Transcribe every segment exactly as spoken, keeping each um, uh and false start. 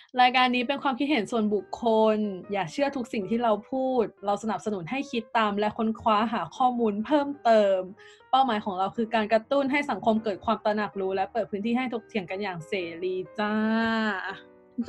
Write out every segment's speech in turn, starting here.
รายการนี้เป็นความคิดเห็นส่วนบุคคลอย่าเชื่อทุกสิ่งที่เราพูดเราสนับสนุนให้คิดตามและค้นคว้าหาข้อมูลเพิ่มเติมเป้าหมายของเราคือการกระตุ้นให้สังคมเกิดความตระหนักรู้และเปิดพื้นที่ให้ถกเถียงกันอย่างเสรีจ้าฮู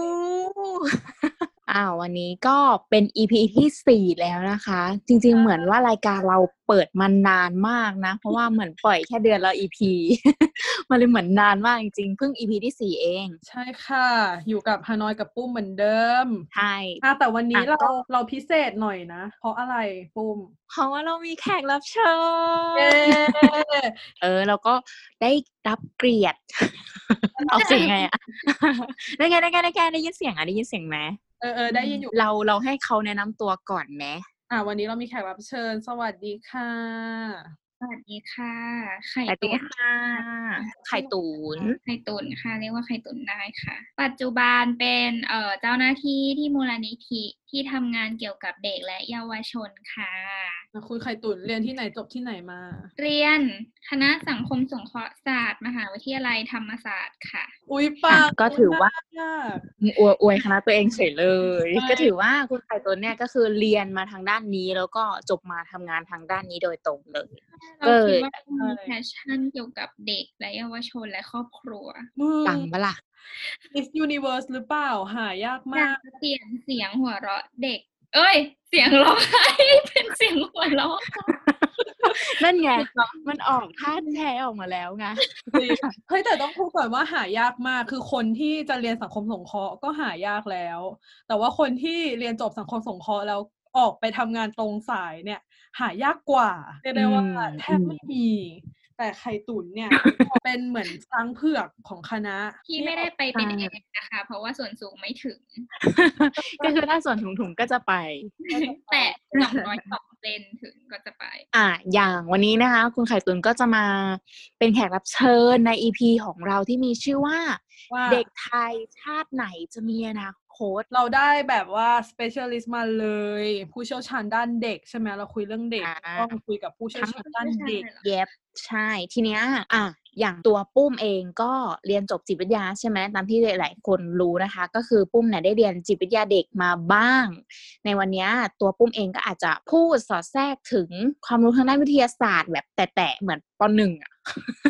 อ้าววันนี้ก็เป็น อี พี ที่สี่แล้วนะคะจริงๆเหมือนว่ารายการเราเปิดมานานมากนะเพราะว่าเหมือนปล่อยแค่เดือนละ อี พี มันเลยเหมือนนานมากจริงๆเพิ่ง อี พี ที่สี่เองใช่ค่ะอยู่กับฮานอยกับปุ้มเหมือนเดิมใช่อ่ะแต่วันนี้เราก็เราพิเศษหน่อยนะเพราะอะไรปุ้มเพราะว่าเรามีแขกรับเชิเย้ญเออเราก็ได้รับเกียรติออกเสียงไงอะได้ไงได้ไงได้ไงได้ยินเสียงอ่ะได้ยินเสียงไหมเออเออได้ยินอยู่เราเราให้เขาแนะนำตัวก่อนไหมอ่ะวันนี้เรามีแขกรับเชิญสวัสดีค่ะสวัสดีค่ะไข่สวัสดีตุ๋นค่ะไข่ตุ๋นไข่ตุ๋นค่ะเรียกว่าไข่ตุ๋นได้ค่ะปัจจุบันเป็นเอ่อเจ้าหน้าที่ที่มูลนิธิที่ทำงานเกี่ยวกับเด็กและเยาวชนค่ะคุณไข่ตุ๋นเรียนที่ไหนจบที่ไหนมาเรียนคณะสังคมสงเคราะห์ศาสตร์มหาวิทยาลัยธรรมศาสตร์ค่ะอุ๊ยปังก็ถือว่ามากอวยอวยคณะตัวเองเฉยเลย ก็ถือว่าคุณไข่ตุ๋นเนี่ยก็คือเรียนมาทางด้านนี้แล้วก็จบมาทำงานทางด้านนี้โดยตรงเลยเราคิดว่ามีแพชชั่นเกี่ยวกับเด็กและเยาวชนและครอบครัวปังปะล่ะ Miss Universe หรือเปล่าหายากมากเปลี่ยนเสียงหัวเราะเด็กเอ้ยเสียงร้องไห้เป็นเสียงหัวเราะนั่นไงมันออกท่าแท้ออกมาแล้วไงเฮ้ยแต่ต้องพูดก่อนว่าหายากมากคือคนที่จะเรียนสังคมสงเคราะห์ก็หายากแล้วแต่ว่าคนที่เรียนจบสังคมสงเคราะห์แล้วออกไปทำงานตรงสายเนี่ยหายากกว่าเรียกได้ว่าแทบไม่มีแต่ไข่ตุ๋นเนี่ยเป็นเหมือนช้างเผือกของคณะที่ไม่ได้ไปเป็นเองนะคะเพราะว่าส่วนสูงไม่ถึงก็คือถ้าส่วนถุงๆก็จะไปแต่สองร้อยสองเซนถึงก็จะไปอ่ะอย่างวันนี้นะคะคุณไข่ตุ๋นก็จะมาเป็นแขกรับเชิญใน อี พี ของเราที่มีชื่อว่าเด็กไทยชาติไหนจะมีอนาคตเราได้แบบว่า specialist มาเลยผู้เชี่ยวชาญด้านเด็กใช่ไหมเราคุยเรื่องเด็กต้องคุยกับผู้เชี่ยวชาญด้านเด็กเย็บใช่ทีเนี้ยอ่ะอย่างตัวปุ้มเองก็เรียนจบจิตวิทยาใช่ไหมตามที่หลายๆคนรู้นะคะก็คือปุ้มเนี่ยได้เรียนจิตวิทยาเด็กมาบ้างในวันนี้ตัวปุ้มเองก็อาจจะพูดสอดแทรกถึงความรู้ทางด้านวิทยาศาสตร์แบบแตะๆเหมือนป.หนึ่ง อ่ะ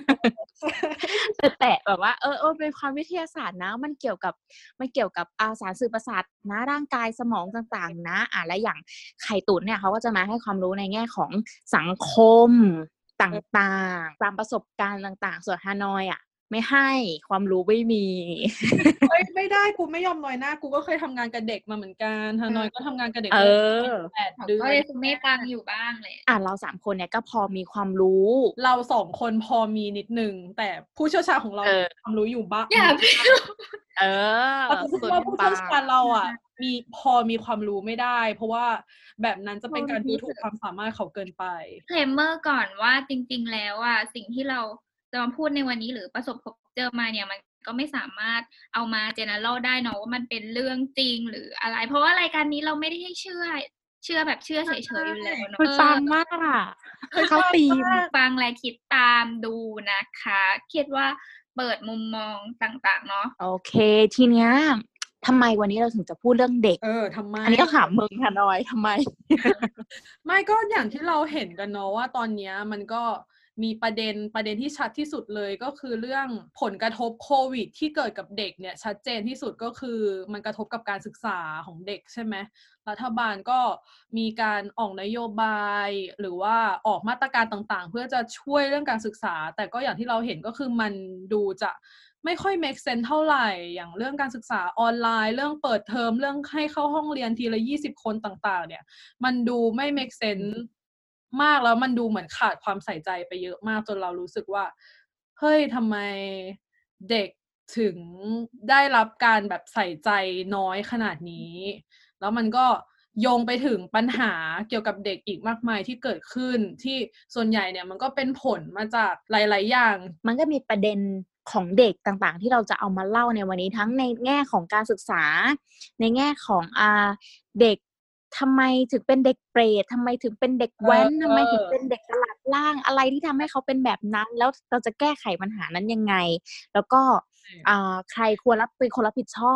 แตะๆแบบว่าเออเออเป็นความวิทยาศาสตร์นะมันเกี่ยวกับมันเกี่ยวกับอาสารสื่อประสาทนะร่างกายสมองต่างๆนะอ่ะและอย่างไข่ตุ๋นเนี่ยเขาก็จะมาให้ความรู้ในแง่ของสังคมต่างๆตามประสบการณ์ต่างๆส่วนฮานอยอ่ะไม่ให้ความรู้ไม่มีเฮ้ยไม่ได้กูไม่ยอมน้อยหน้ากูก็เคยทำงานกับเด็กมาเหมือนกันฮานอยก็ทำงานกับเด็กเออแปดเดือนก็เลยไม่ตังอยู่บ้างเลยอ่ะเราสามคนเนี่ยก็พอมีความรู้เราสองคนพอมีนิดนึงแต่ผู้เชี่ยวชาญของเราความรู้อยู่บ้างอย่าไปเออเราคิดว่าผู้เชี่ยวชาญเราอ่ะมีพอมีความรู้ไม่ได้เพราะว่าแบบนั้นจะเป็นการดูถูกความสามารถเขาเกินไปเคลมเมอร์ก่อนว่าจริงๆแล้วอ่ะสิ่งที่เราจะมาพูดในวันนี้หรือประสบพบเจอมาเนี่ยมันก็ไม่สามารถเอามาเจเนอเรลได้เนาะว่ามันเป็นเรื่องจริงหรืออะไรเพราะว่ารายการนี้เราไม่ได้ให้เชื่อเชื่อแบบเชื่อเฉยๆอยู่แล้วเนาะคือฟังมากอ่ะเขาตีฟังและคิดตามดูนะคะคิดว่าเปิดมุมมองต่างๆเนาะโอเคทีเนี้ยทำไมวันนี้เราถึงจะพูดเรื่องเด็กเออทำไมอันนี้ต้องถามมึงค่ะนอยทำไมไม่ก็อย่างที่เราเห็นกันเนาะว่าตอนนี้มันก็มีประเด็นประเด็นที่ชัดที่สุดเลยก็คือเรื่องผลกระทบโควิดที่เกิดกับเด็กเนี่ยชัดเจนที่สุดก็คือมันกระทบกับการศึกษาของเด็กใช่ไหมรัฐบาลก็มีการออกนโยบายหรือว่าออกมาตรการต่างๆเพื่อจะช่วยเรื่องการศึกษาแต่ก็อย่างที่เราเห็นก็คือมันดูจะไม่ค่อย make sense เท่าไหร่อย่างเรื่องการศึกษาออนไลน์เรื่องเปิดเทอมเรื่องให้เข้าห้องเรียนทีละยี่สิบคนต่างๆเนี่ยมันดูไม่ make sense มากแล้วมันดูเหมือนขาดความใส่ใจไปเยอะมากจนเรารู้สึกว่าเฮ้ยทำไมเด็กถึงได้รับการแบบใส่ใจน้อยขนาดนี้แล้วมันก็โยงไปถึงปัญหาเกี่ยวกับเด็กอีกมากมายที่เกิดขึ้นที่ส่วนใหญ่เนี่ยมันก็เป็นผลมาจากหลายๆอย่างมันก็มีประเด็นของเด็กต่างๆที่เราจะเอามาเล่าในวันนี้ทั้งในแง่ของการศึกษาในแง่ของอ่าเด็กทำไมถึงเป็นเด็กเปรตทำไมถึงเป็นเด็กแว้นทำไมถึงเป็นเด็กตลาดล่างอะไรที่ทำให้เขาเป็นแบบนั้นแล้วเราจะแก้ไขปัญหานั้นยังไงแล้วก็อ่าใครควรรับเป็นคนรับผิดชอบ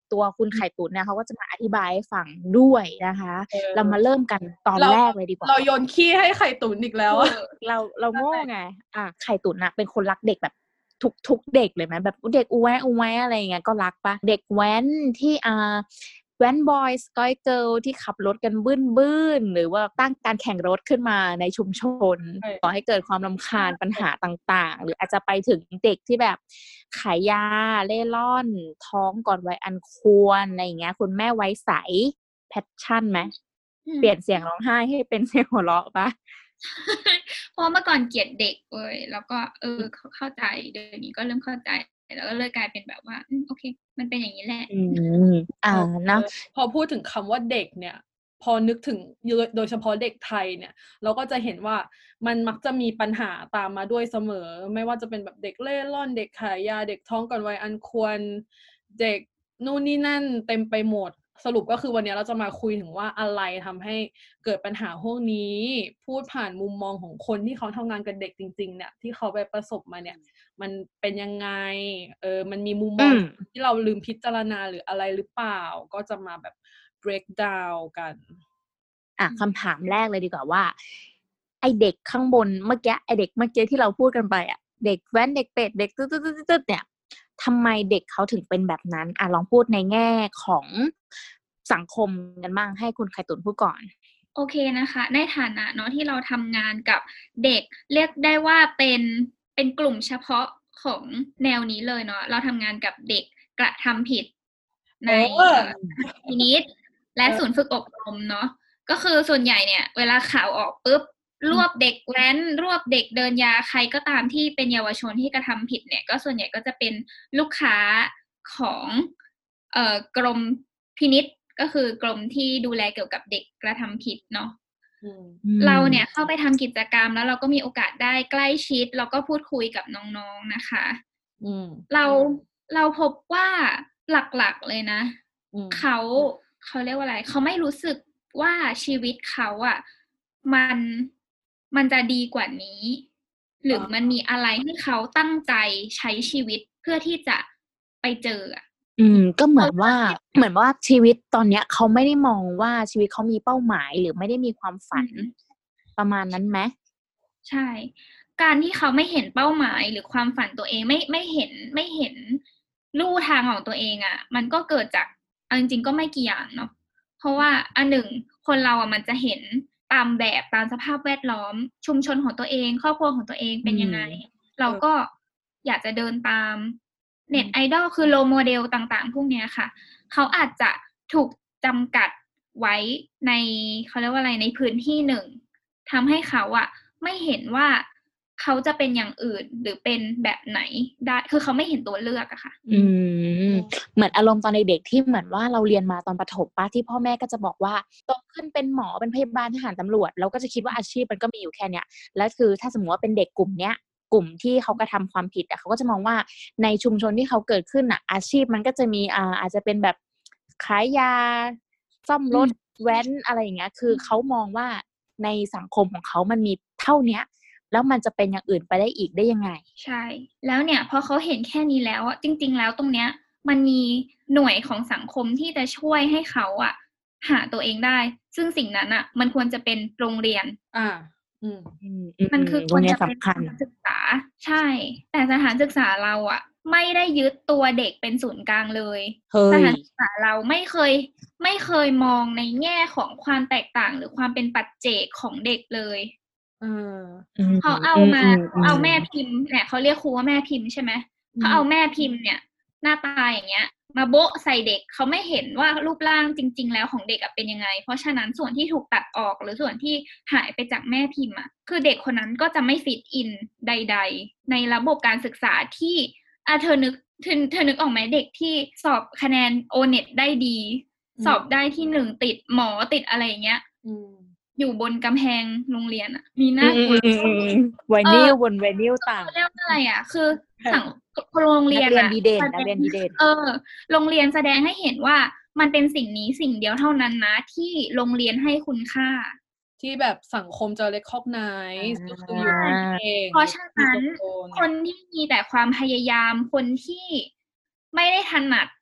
ตัวคุณไข่ตุ๋นเนี่ยเขาก็จะมาอธิบายให้ฟังด้วยนะคะเออเรามาเริ่มกันตอนเราแรกเลยดีกว่าเราโยนขี้ให้ไข่ตุ๋นอีกแล้วอะเราเราโง่ไงอ่ะไข่ตุ๋นอะเป็นคนรักเด็กแบบทุกทุกเด็กเลยไหมแบบเด็กอูแวะอูแวะอะไรอย่างเงี้ยก็รักปะเด็กแว้นที่อ่าแว้นบอยสกอยเกิลที่ขับรถกันบึ้นบึ้นหรือว่าตั้งการแข่งรถขึ้นมาในชุมชนใช่ก่อให้เกิดความรำคาญปัญหาต่างๆ หรืออาจจะไปถึงเด็กที่แบบขายยาเล่ร่อนท้องก่อนวัยอันควรอะไรอย่างเงี้ยคุณแม่ไว้ใสแพชชั่นไหมอืมเปลี่ยนเสียงร้องไห้ให้เป็นเสียงหัวเราะปะเพราะเมื่อก่อนเกลียดเด็กเว้ยแล้วก็เออเข้าเข้าใจเดี๋ยวนี้ก็เริ่มเข้าใจแล้วก็เลยกลายเป็นแบบว่าอืมโอเค มันเป็นอย่างนี้แหละอืมอ่านะพอพูดถึงคำว่าเด็กเนี่ย พอนึกถึงโดยเฉพาะเด็กไทยเนี่ย เราก็จะเห็นว่ามันมักจะมีปัญหาตามมาด้วยเสมอ ไม่ว่าจะเป็นแบบเด็กเล่ร่อนเด็กขายยาเด็กท้องก่อนวัยอันควรเด็กนู่นนี่นั่นเต็มไปหมด สรุปก็คือวันนี้เราจะมาคุยถึงว่าอะไรทำให้เกิดปัญหาพวกนี้พูดผ่านมุมมองของคนที่เขาทำงานกับเด็กจริงๆเนี่ยที่เขาไปประสบมาเนี่ยมันเป็นยังไงเออมันมีมุมมองที่เราลืมพิจารณาหรืออะไรหรือเปล่าก็จะมาแบบ break down กันอ่ะคำถามแรกเลยดีกว่าว่าไอเด็กข้างบนเมื่อกี้ไอเด็กเมื่อกี้ที่เราพูดกันไปอ่ะเด็กแว้นเด็กเป็ดเด็กตึ๊ดตึ๊ดตึ๊ดเนี่ยทำไมเด็กเขาถึงเป็นแบบนั้นอ่ะลองพูดในแง่ของสังคมกันบ้างให้คุณไข่ตุ๋นพูดก่อนโอเคนะคะ ในฐานะเนาะที่เราทำงานกับเด็กเรียกได้ว่าเป็นเป็นกลุ่มเฉพาะของแนวนี้เลยเนาะเราทำงานกับเด็กกระทำผิดในพินิจและศูนย์ฝึกอบรมเนาะก็คือส่วนใหญ่เนี่ยเวลาข่าวออกปุ๊บรวบเด็กแว้นรวบเด็กเดินยาใครก็ตามที่เป็นเยาวชนที่กระทำผิดเนี่ยก็ส่วนใหญ่ก็จะเป็นลูกค้าของเอ่อกรมพินิจก็คือกรมที่ดูแลเกี่ยวกับเด็กกระทำผิดเนาะเราเนี่ยเข้าไปทำกิจกรรมแล้วเราก็มีโอกาสได้ใกล้ชิดแล้วก็พูดคุยกับน้องๆนะคะเราเราพบว่าหลักๆเลยนะเขาเขาเรียกว่าอะไรเขาไม่รู้สึกว่าชีวิตเขาอ่ะมันมันจะดีกว่านี้หรือมันมีอะไรให้เขาตั้งใจใช้ชีวิตเพื่อที่จะไปเจออ่ะอืมก็เหมือนว่าเหมือนว่าชีวิตตอนเนี้ยเขาไม่ได้มองว่าชีวิตเขามีเป้าหมายหรือไม่ได้มีความฝันประมาณนั้นไหมใช่การที่เขาไม่เห็นเป้าหมายหรือความฝันตัวเองไม่ไม่เห็นไม่เห็นลู่ทางของตัวเองอ่ะมันก็เกิดจากเอาจริงๆก็ไม่กี่อย่างเนาะเพราะว่าอันหนึ่งคนเราอ่ะมันจะเห็นตามแบบตามสภาพแวดล้อมชุมชนของตัวเองครอบครัวของตัวเองเป็นยังไงเราก็อยากจะเดินตามเน็ตไอดอลคือโลโมเดลต่างๆพวกนี้ค่ะเขาอาจจะถูกจำกัดไว้ในเขาเรียกว่าอะไรในพื้นที่หนึ่งทำให้เขาอะไม่เห็นว่าเขาจะเป็นอย่างอื่นหรือเป็นแบบไหนได้คือเขาไม่เห็นตัวเลือกอะค่ะอืมเหมือนอารมณ์ตอนเด็กๆที่เหมือนว่าเราเรียนมาตอนประถมป้าที่พ่อแม่ก็จะบอกว่าโตขึ้นเป็นหมอเป็นพยาบาลทหารตำรวจเราก็จะคิดว่าอาชีพมันก็มีอยู่แค่เนี้ยแล้วคือถ้าสมมติว่าเป็นเด็กกลุ่มเนี้ยกลุ่มที่เขากระทำความผิดอะเขาก็จะมองว่าในชุมชนที่เขาเกิดขึ้นอะอาชีพมันก็จะมีอ่าอาจจะเป็นแบบขายยาซ่อมรถแว้นอะไรอย่างเงี้ยคือเขามองว่าในสังคมของเขามันมีเท่าเนี้ยแล้วมันจะเป็นอย่างอื่นไปได้อีกได้ยังไงใช่แล้วเนี่ยพอเขาเห็นแค่นี้แล้วจริงๆแล้วตรงเนี้ยมันมีหน่วยของสังคมที่จะช่วยให้เขาอะหาตัวเองได้ซึ่งสิ่งนั้นอะมันควรจะเป็นโรงเรียนอ่าอืมมันคือควรจะเป็นสถานศึกษาใช่แต่สถานศึกษาเราอะไม่ได้ยึดตัวเด็กเป็นศูนย์กลางเลยสถานศึกษาเราไม่เคยไม่เคยมองในแง่ของความแตกต่างหรือความเป็นปัจเจกของเด็กเลยเขาเอามาเอาแม่พิมพ์เนี่ยเขาเรียกครูว่าแม่พิมพ์ใช่ไหมเขาเอาแม่พิมพ์เนี่ยหน้าตาอย่างเงี้ยมาโบ๊ะใส่เด็กเขาไม่เห็นว่ารูปร่างจริงๆแล้วของเด็กเป็นยังไงเพราะฉะนั้นส่วนที่ถูกตัดออกหรือส่วนที่หายไปจากแม่พิมพ์อ่ะคือเด็กคนนั้นก็จะไม่ฟิตอินใดๆในระบบการศึกษาที่อ่ะเธอนึกเธอเธอนึกออกไหมเด็กที่สอบคะแนนโอเน็ตได้ดีสอบได้ที่หนึ่งติดหมอติดอะไรอย่างเงี้ยอยู่บนกำแพงโรงเรียนอ่ะมีหน้ากลัวไวนิลบนไวนิลต่างเรียกว่าอะไรอ่ะคือสังโรงเรียนอ่ะดีเด่นนักเรียนดีเด่นเออโรงเรียนแสดงให้เห็นว่ามันเป็นสิ่งนี้สิ่งเดียวเท่านั้นนะที่โรงเรียนให้คุณค่าที่แบบสังคมจะ recognize ก็คืออยู่เองเพราะฉะนั้นคนที่มีแต่ความพยายามคนที่ไม่ได้ถนัด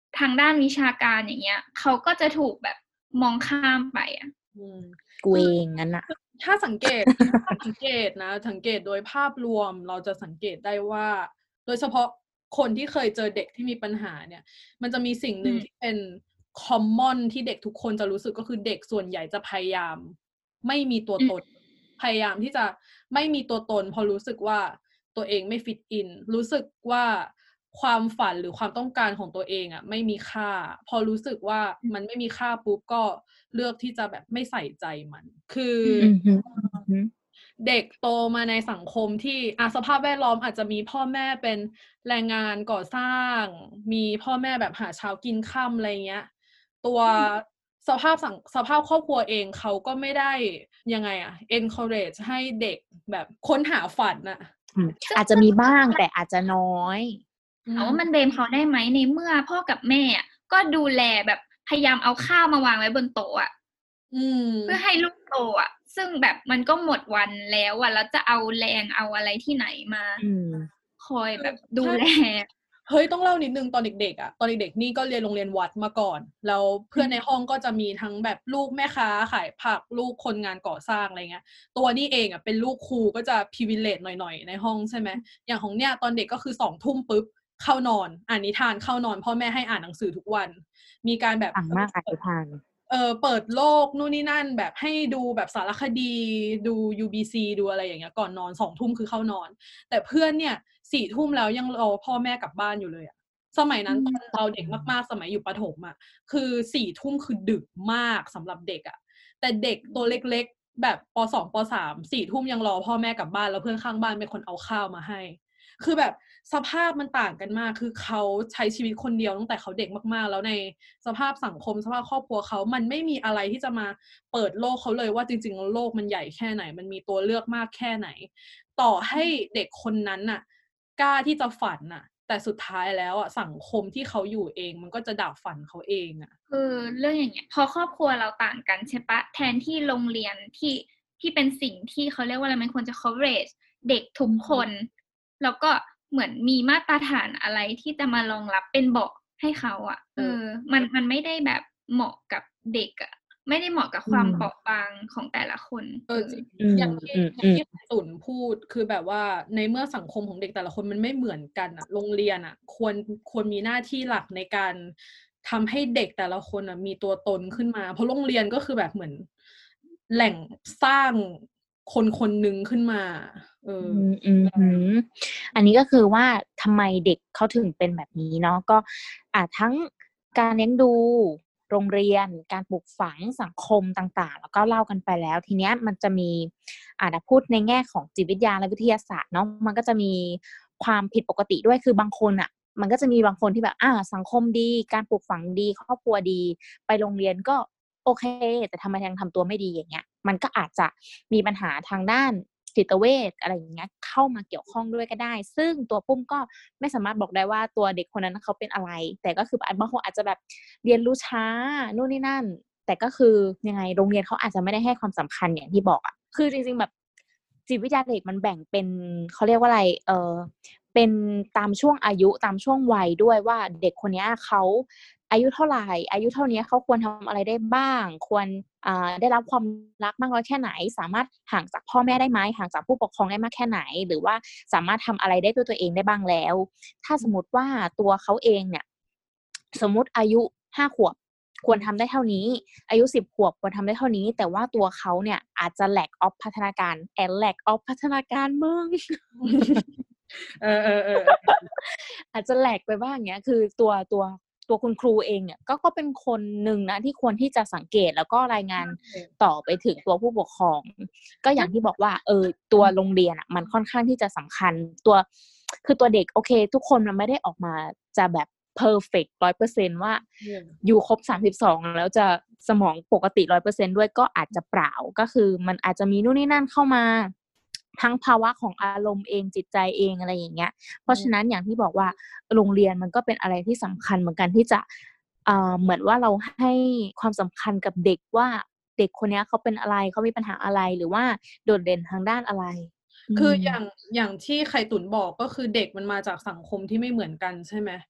ทางด้านวิชาการอย่างเงี้ยเขาก็จะถูกแบบมองข้ามไปอ่ะอืมกูเองงั้นน่ะถ้าสังเกต ถ้าสังเกตนะสังเกตโดยภาพรวมเราจะสังเกตได้ว่า โดยเฉพาะคนที่เคยเจอเด็กที่มีปัญหาเนี่ย มันจะมีสิ่งหนึ่งอืมที่เป็น common ที่เด็กทุกคนจะรู้สึกก็คือเด็กส่วนใหญ่จะพยายามไม่มีตัวอืมตน พยายามที่จะไม่มีตัวตนเพราะรู้สึกว่าตัวเองไม่ fit in รู้สึกว่าความฝันหรือความต้องการของตัวเองอะไม่มีค่า พอรู้สึกว่ามันไม่มีค่าปุ๊บก็เลือกที่จะแบบไม่ใส่ใจมัน คืออืมอือฮึอือฮึเด็กโตมาในสังคมที่อ่ะสภาพแวดล้อมอาจจะมีพ่อแม่เป็นแรงงานก่อสร้าง มีพ่อแม่แบบหาเช้ากินค่ำอะไรเงี้ย ตัวสภาพสังสภาพครอบครัวเองเขาก็ไม่ได้ยังไงอะ encourage ให้เด็กแบบค้นหาฝันน่ะอืมอาจจะมีบ้างแต่อาจจะน้อยอืถามมว่ามันเบลมเขาได้ไหมในเมื่อพ่อกับแม่อะก็ดูแลแบบพยายามเอาข้าวมาวางไว้บนโต๊ะอะอืมเพื่อให้ลูกโตอ่ะ ซึ่งแบบมันก็หมดวันแล้วอ่ะแล้วจะเอาแรงเอาอะไรที่ไหนมาอืมคอยแบบดูแลเฮ้ยต้องเล่านิดนึงตอนเด็กๆอ่ะตอนเด็กๆนี่ก็เรียนโรงเรียนวัดมาก่อนแล้วเพื่อนในห้องก็จะมีทั้งแบบลูกแม่ค้าขายผักลูกคนงานก่อสร้างอะไรเงี้ยตัวนี่เองอ่ะเป็นลูกครูก็จะ privilege หน่อยๆในห้องใช่ไหมอย่างของเนี่ยตอนเด็กก็คือสองทุ่มปุ๊บเข้านอนอ่านนิทานเข้านอนพ่อแม่ให้อ่านหนังสือทุกวันมีการแบบต่างมากอาจจะทานเออเปิดโลกนู่นนี่นั่นแบบให้ดูแบบสารคดีดู ยู บี ซี ดูอะไรอย่างเงี้ยก่อนนอนสองทุ่มคือเข้านอนแต่เพื่อนเนี่ยสี่ทุ่มแล้วยังรอพ่อแม่กลับบ้านอยู่เลยอะสมัยนั้นตอนเราเด็กมากๆสมัยอยู่ประถมอะคือสี่ทุ่มคือดึกมากสำหรับเด็กอะแต่เด็กตัวเล็กๆแบบป.สอง ป.สาม สี่ทุ่มยังรอพ่อแม่กลับบ้านแล้วเพื่อนข้างบ้านเป็นคนเอาข้าวมาให้คือแบบสภาพมันต่างกันมากคือเขาใช้ชีวิตคนเดียวตั้งแต่เขาเด็กมากๆแล้วในสภาพสังคมสภาพครอบครัวเขามันไม่มีอะไรที่จะมาเปิดโลกเขาเลยว่าจริงๆโลกมันใหญ่แค่ไหนมันมีตัวเลือกมากแค่ไหนต่อให้เด็กคนนั้นน่ะกล้าที่จะฝันน่ะแต่สุดท้ายแล้วอ่ะสังคมที่เขาอยู่เองมันก็จะดับฝันเขาเองอ่ะคือเรื่องอย่างเงี้ยพอครอบครัวเราต่างกันใช่ปะแทนที่โรงเรียนที่ที่เป็นสิ่งที่เขาเรียกว่าอะไรมันควรจะ coverage เด็กทุกคน แล้วก็เหมือนมีมาตรฐานอะไรที่จะมารองรับเป็นเบาะให้เขาอ่ะ เออ มันมันไม่ได้แบบเหมาะกับเด็กอ่ะไม่ได้เหมาะกับความอืมเปราะบางของแต่ละคนเออจริงอืมอย่างที่อืมอย่างที่ตุ่นพูดคือแบบว่าในเมื่อสังคมของเด็กแต่ละคนมันไม่เหมือนกันอะโรงเรียนอะควรควรมีหน้าที่หลักในการทำให้เด็กแต่ละคนอะมีตัวตนขึ้นมา เพราะโรงเรียนก็คือแบบเหมือนแหล่งสร้างคนคนหนึ่งขึ้นมาเอออืมอืมอืมอันนี้ก็คือว่าทำไมเด็กเขาถึงเป็นแบบนี้เนาะก็อ่าทั้งการเลี้ยงดูโรงเรียนการปลูกฝังสังคมต่างๆ แล้วก็เล่ากันไปแล้ว ทีเนี้ยมันจะมีอ่าพูดในแง่ของจิตวิทยาและวิทยาศาสตร์เนาะมันก็จะมีความผิดปกติด้วยคือบางคนอ่ะ มันก็จะมีบางคนที่แบบอ่าสังคมดีการปลูกฝังดีครอบครัวดี ไปโรงเรียนก็โอเค แต่ทำไมยังทำตัวไม่ดีอย่างเงี้ย มันก็อาจจะมีปัญหาทางด้านจิตเวชอะไรอย่างเงี้ยเข้ามาเกี่ยวข้องด้วยก็ได้ ซึ่งตัวปุ้มก็ไม่สามารถบอกได้ว่าตัวเด็กคนนั้นเขาเป็นอะไร แต่ก็คือบางคนอาจจะแบบเรียนรู้ช้านู่นนี่นั่น แต่ก็คือยังไงโรงเรียนเขาอาจจะไม่ได้ให้ความสำคัญอย่างที่บอกอ่ะคือจริงๆแบบจิตวิทยาเด็กมันแบ่งเป็นเขาเรียกว่าอะไรเออเป็นตามช่วงอายุตามช่วงวัยด้วยว่าเด็กคนนี้เขาอายุเท่าไหร่อายุเท่านี้เขาควรทำอะไรได้บ้างควรอ่าได้รับความรักมากน้อยแค่ไหนสามารถห่างจากพ่อแม่ได้ไหมห่างจากผู้ปกครองได้มากแค่ไหนหรือว่าสามารถทำอะไรได้ด้วยตัวเองได้บ้างแล้วถ้าสมมติว่าตัวเขาเองเนี่ยสมมติอายุห้าขวบควรทำได้เท่านี้อายุสิบขวบควรทำได้เท่านี้แต่ว่าตัวเขาเนี่ยอาจจะ lack of พัฒนาการ and lack of พัฒนาการมึงเออเออเอออาจจะแหลกไปบ้างเงี้ยคือตัวตัวตัวคุณครูเองเนี่ยก็ก็เป็นคนหนึ่งนะที่ควรที่จะสังเกตแล้วก็รายงานต่อไปถึงตัวผู้ปกครอง ก็อย่างที่บอกว่าเออตัวโรงเรียนอ่ะมันค่อนข้างที่จะสำคัญตัวคือตัวเด็กโอเคทุกคนมันไม่ได้ออกมาจะแบบ perfect ร้อยเปอร์เซ็นต์ว่าอยู่ครบสามสิบสองแล้วจะสมองปกติร้อยเปอร์เซ็นต์ด้วยก็อาจจะเปล่าก็คือมันอาจจะมีนู่นนี่นั่นเข้ามาทั้งภาวะของอารมณ์เองจิตใจเองอะไรอย่างเงี้ยเพราะฉะนั้นอย่างที่บอกว่าโรงเรียนมันก็เป็นอะไรที่สำคัญเหมือนกันที่จะเอ่อเหมือนว่าเราให้ความสำคัญกับเด็กว่าเด็กคนนี้เขาเป็นอะไรเขามีปัญหาอะไรหรือว่าโดดเด่นทางด้านอะไรคืออย่างอย่างที่ไข่ตุ๋นบอกก็คือเด็กมันมาจากสังคมที่ไม่เหมือนกันใช่ไหม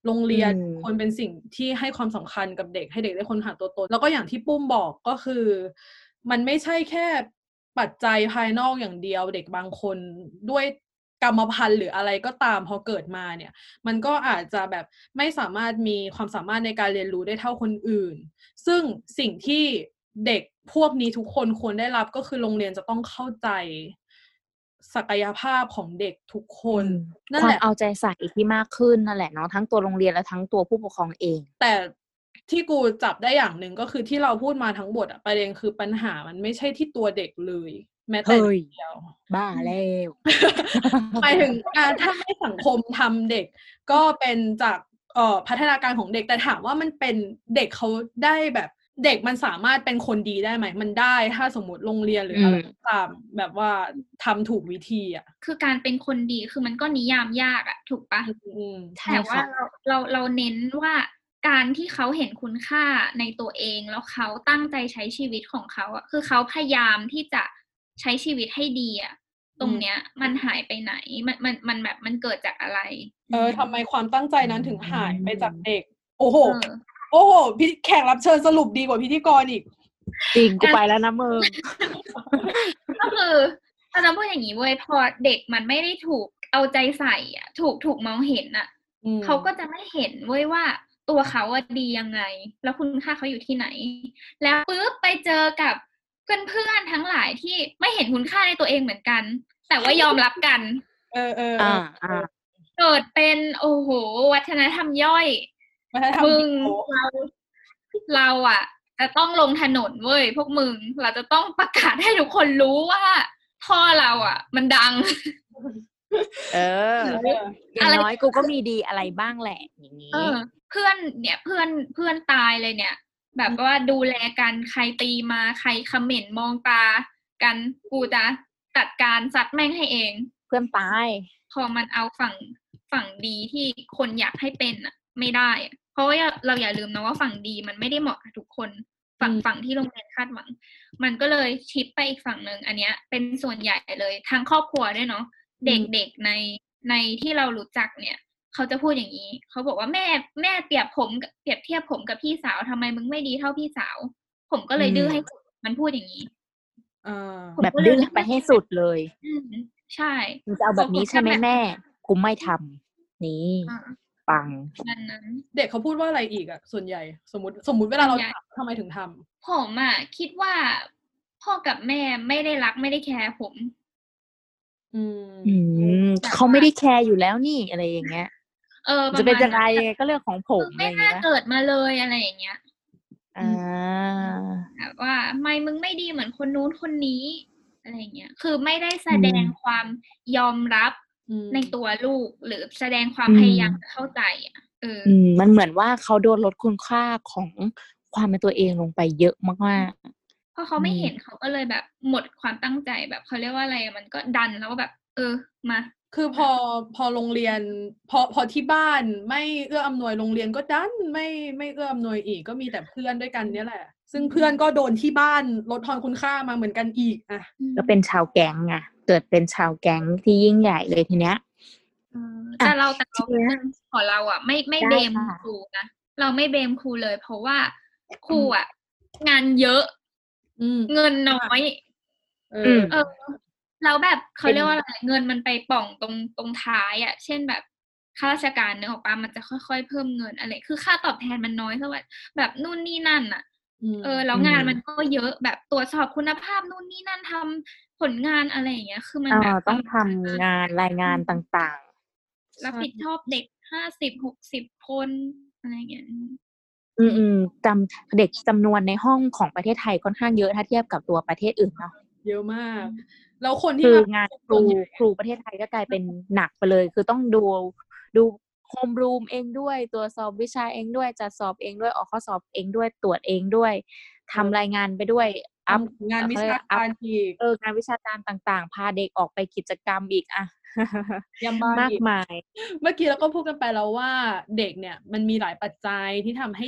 โรงเรียนอืมควรเป็นสิ่งที่ให้ความสำคัญกับเด็กให้เด็กได้ค้นหาตัวตนแล้วก็อย่างที่ปุ้มบอกก็คือ มันไม่ใช่แค่ปัจจัยภายนอกอย่างเดียวเด็กบางคนด้วยกรรมพันธุ์หรืออะไรก็ตามพอเกิดมาเนี่ยมันก็อาจจะแบบไม่สามารถมีความสามารถในการเรียนรู้ได้เท่าคนอื่นซึ่งสิ่งที่เด็กพวกนี้ทุกคนควรได้รับก็คือโรงเรียนจะต้องเข้าใจศักยภาพของเด็กทุกคนนั่นควาแหมละเอาใจใส่ที่มากขึ้นนั่นแหละเนาะทั้งตัวโรงเรียนและทั้งตัวผู้ปกครองเองแต่ที่กูจับได้อย่างหนึ่งก็คือที่เราพูดมาทั้งหมดอะประเด็นคือปัญหามันไม่ใช่ที่ตัวเด็กเลยแม้แต่เฮ้ยนิดเดียวบ้าแล้วหมายถึงอ่าถ้าให้สังคมทำเด็กก็เป็นจากเอ่อพัฒนาการของเด็กแต่ถามว่ามันเป็นเด็กเขาได้แบบเด็กมันสามารถเป็นคนดีได้ไหมมันได้ถ้าสมมติโรงเรียนหรืออะไรอืมก็ตามแบบว่าทำถูกวิธีอ่ะคือการเป็นคนดีคือมันก็นิยามยากอะถูกปะอืมใช่แต่ว่าค่ะเราเราเราเน้นว่าการที่เขาเห็นคุณค่าในตัวเองแล้วเขาตั้งใจใช้ชีวิตของเขาอะคือเขาพยายามที่จะใช้ชีวิตให้ดีอะตรงเนี้ยมันหายไปไหนมันมันมันแบบมันเกิดจากอะไรเออทำไมความตั้งใจนั้นถึงหายไปจากเด็ก โอ้โหเออโอ้โหพี่แขกรับเชิญสรุปดีกว่าพิธีกรอีกจริงกูไปแล้วนะมึงก็คือเราจะพูดอย่างนี้เว้ยพอเด็กมันไม่ได้ถูกเอาใจใส่อะถูกถูกมองเห็นอะอืมเขาก็จะไม่เห็นเว้ยว่าตัวเขาอะดียังไง แล้วคุณค่าเขาอยู่ที่ไหน แล้วปุ๊บไปเจอกับเพื่อนๆทั้งหลายที่ไม่เห็นคุณค่าในตัวเองเหมือนกัน แต่ว่ายอมรับกันเออเออเออ่าออ่าเกิดเป็นโอ้โหวัฒนธรรมย่อยวัฒนธรรมมึงเดียวเราเราอ่ะ จะต้องลงถนนเว้ยพวกมึงเราจะต้องประกาศให้ทุกคนรู้ว่าท่อเราอ่ะ มันดังเออเอออย่างน้อยกูก็มีดีอะไรบ้างแหละอย่างนี้เออ เพื่อนเนี่ยเพื่อนเพื่อนตายเลยเนี่ย แบบว่าดูแลกันใครตีมาใครคอมเมนต์มองตากันกูจะจัดการซัดแม่งให้เองเพื่อนตายพอมันเอาฝั่งฝั่งดีที่คนอยากให้เป็นอ่ะ ไม่ได้อะเพราะว่าเราอย่าลืมนะว่าฝั่งดีมันไม่ได้เหมาะกับทุกคน ฝั่งอืมฝั่งที่โรงเรียนคาดหวัง มันก็เลยชิปไปอีกฝั่งหนึ่งอันเนี้ย เป็นส่วนใหญ่เลยทั้งครอบครัวด้วยเนาะเด็กๆในในที่เรารู้จักเนี่ย เขาจะพูดอย่างนี้เขาบอกว่าแม่แม่เปรียบผมเปรียบเทียบผมกับพี่สาวทำไมมึงไม่ดีเท่าพี่สาว ผมก็เลยอืมดื้อให้สุดมันพูดอย่างนี้เออผมแบบก็เลยดื้อไปให้สุดเลยอืมใช่มึงจะเอาแบบนี้ใช่ไหมแม่กูไม่ทำนี่อ่าปังนั่นนั้นเด็กเขาพูดว่าอะไรอีกอะส่วนใหญ่ สมมติสมมติเวลาเราส่วนใหญ่ถามทำไมถึงทำผมอ่ะคิดว่าพ่อกับแม่ไม่ได้รักไม่ได้แคร์ผมอืมอืมแต่เขาว่าไม่ได้แคร์อยู่แล้วนี่อะไรอย่างเงี้ยเออจะเป็นรยังไงนั้นก็เรื่องของผมมึงอะไรไม่อย่างน่าเงี้ยเกิดมาเลยอะไรอย่างเงี้ยอ่าแบบว่าทำไมมึงไม่ดีเหมือนคนนู้นคนนี้อะไรอย่างเงี้ยคือไม่ได้แสดงอืมความยอมรับอืมในตัวลูกหรือแสดงความอืมพยายามจะเข้าใจอ่ะเออออืม มันเหมือนว่าเขาโดนลดคุณค่าของความเป็นตัวเองลงไปเยอะมากเพราะเขาไม่เห็นเขาก็เลยแบบหมดความตั้งใจแบบเขาเรียกว่าอะไรอะมันก็ดันแล้วก็แบบ เออมาคือพอพอโรงเรียน พอพอที่บ้านไม่เอื้ออำนวยโรงเรียนก็ดันไม่ไม่เอื้ออำนวยอีกก็มีแต่เพื่อนด้วยกันเนี่ยแหละ ซึ่งเพื่อนก็โดนที่บ้านลดทอนคุณค่ามาเหมือนกันอีกอ่ะๆ ก็เป็นชาวแก๊งไงเกิดเป็นชาวแก๊งที่ยิ่งใหญ่เลยทีเนี้ยเออแต่เราแต่เราทีเนี้ยของเราอ่ะ ไม่ไม่ได้เบมค่ะครูนะเราไม่เบมครูเลย เพราะว่าครูอ่ะ งานเยอะอืมเงินน้อยเออือมเออแล้วแบบเขาเป็นเรียกว่าอะไรเงินมันไปป่องตรงตรงท้ายอ่ะ เช่นแบบข้าราชการนึกออกปะมันจะค่อยๆเพิ่มเงินอะไรคือค่าตอบแทนมันน้อยเท่าไหร่แบบนู่นนี่นั่นอ่ะอืมเออ แล้วอืมงานมันก็เยอะแบบตรวจสอบคุณภาพนู่นนี่นั่นทำผลงานอะไรอย่างเงี้ย คือมันเอ่แบอบ ต้องทำงานรายงานต่างรับผิดชอบเด็กห้าสิบหกสิบคนอะไรอย่างเงี้ยๆ อืมอืมจำเด็กจำนวนในห้องของประเทศไทยค่อนข้างเยอะถ้าเทียบกับตัวประเทศอื่นเนาะเยอะมาก แล้วคนที่คือมางานครูครูประเทศไทยก็กลายเป็นหนักไปเลย คือต้องดูดูโฮมรูมเองด้วยตรวจสอบวิชาเองด้วยจัดสอบเองด้วยออกข้อสอบเองด้วยตรวจเองด้วยทำรายงานไปด้วยอัพทำงานวิชาอักาพรอีกเอองานวิชาการต่างๆ พาเด็กออกไปกิจกรรมอีกอะยามบ้านมากอีกมายเมื่อกี้เราก็พูดกันไปแล้วว่าเด็กเนี่ยมันมีหลายปัจจัยที่ทำให้เด็ก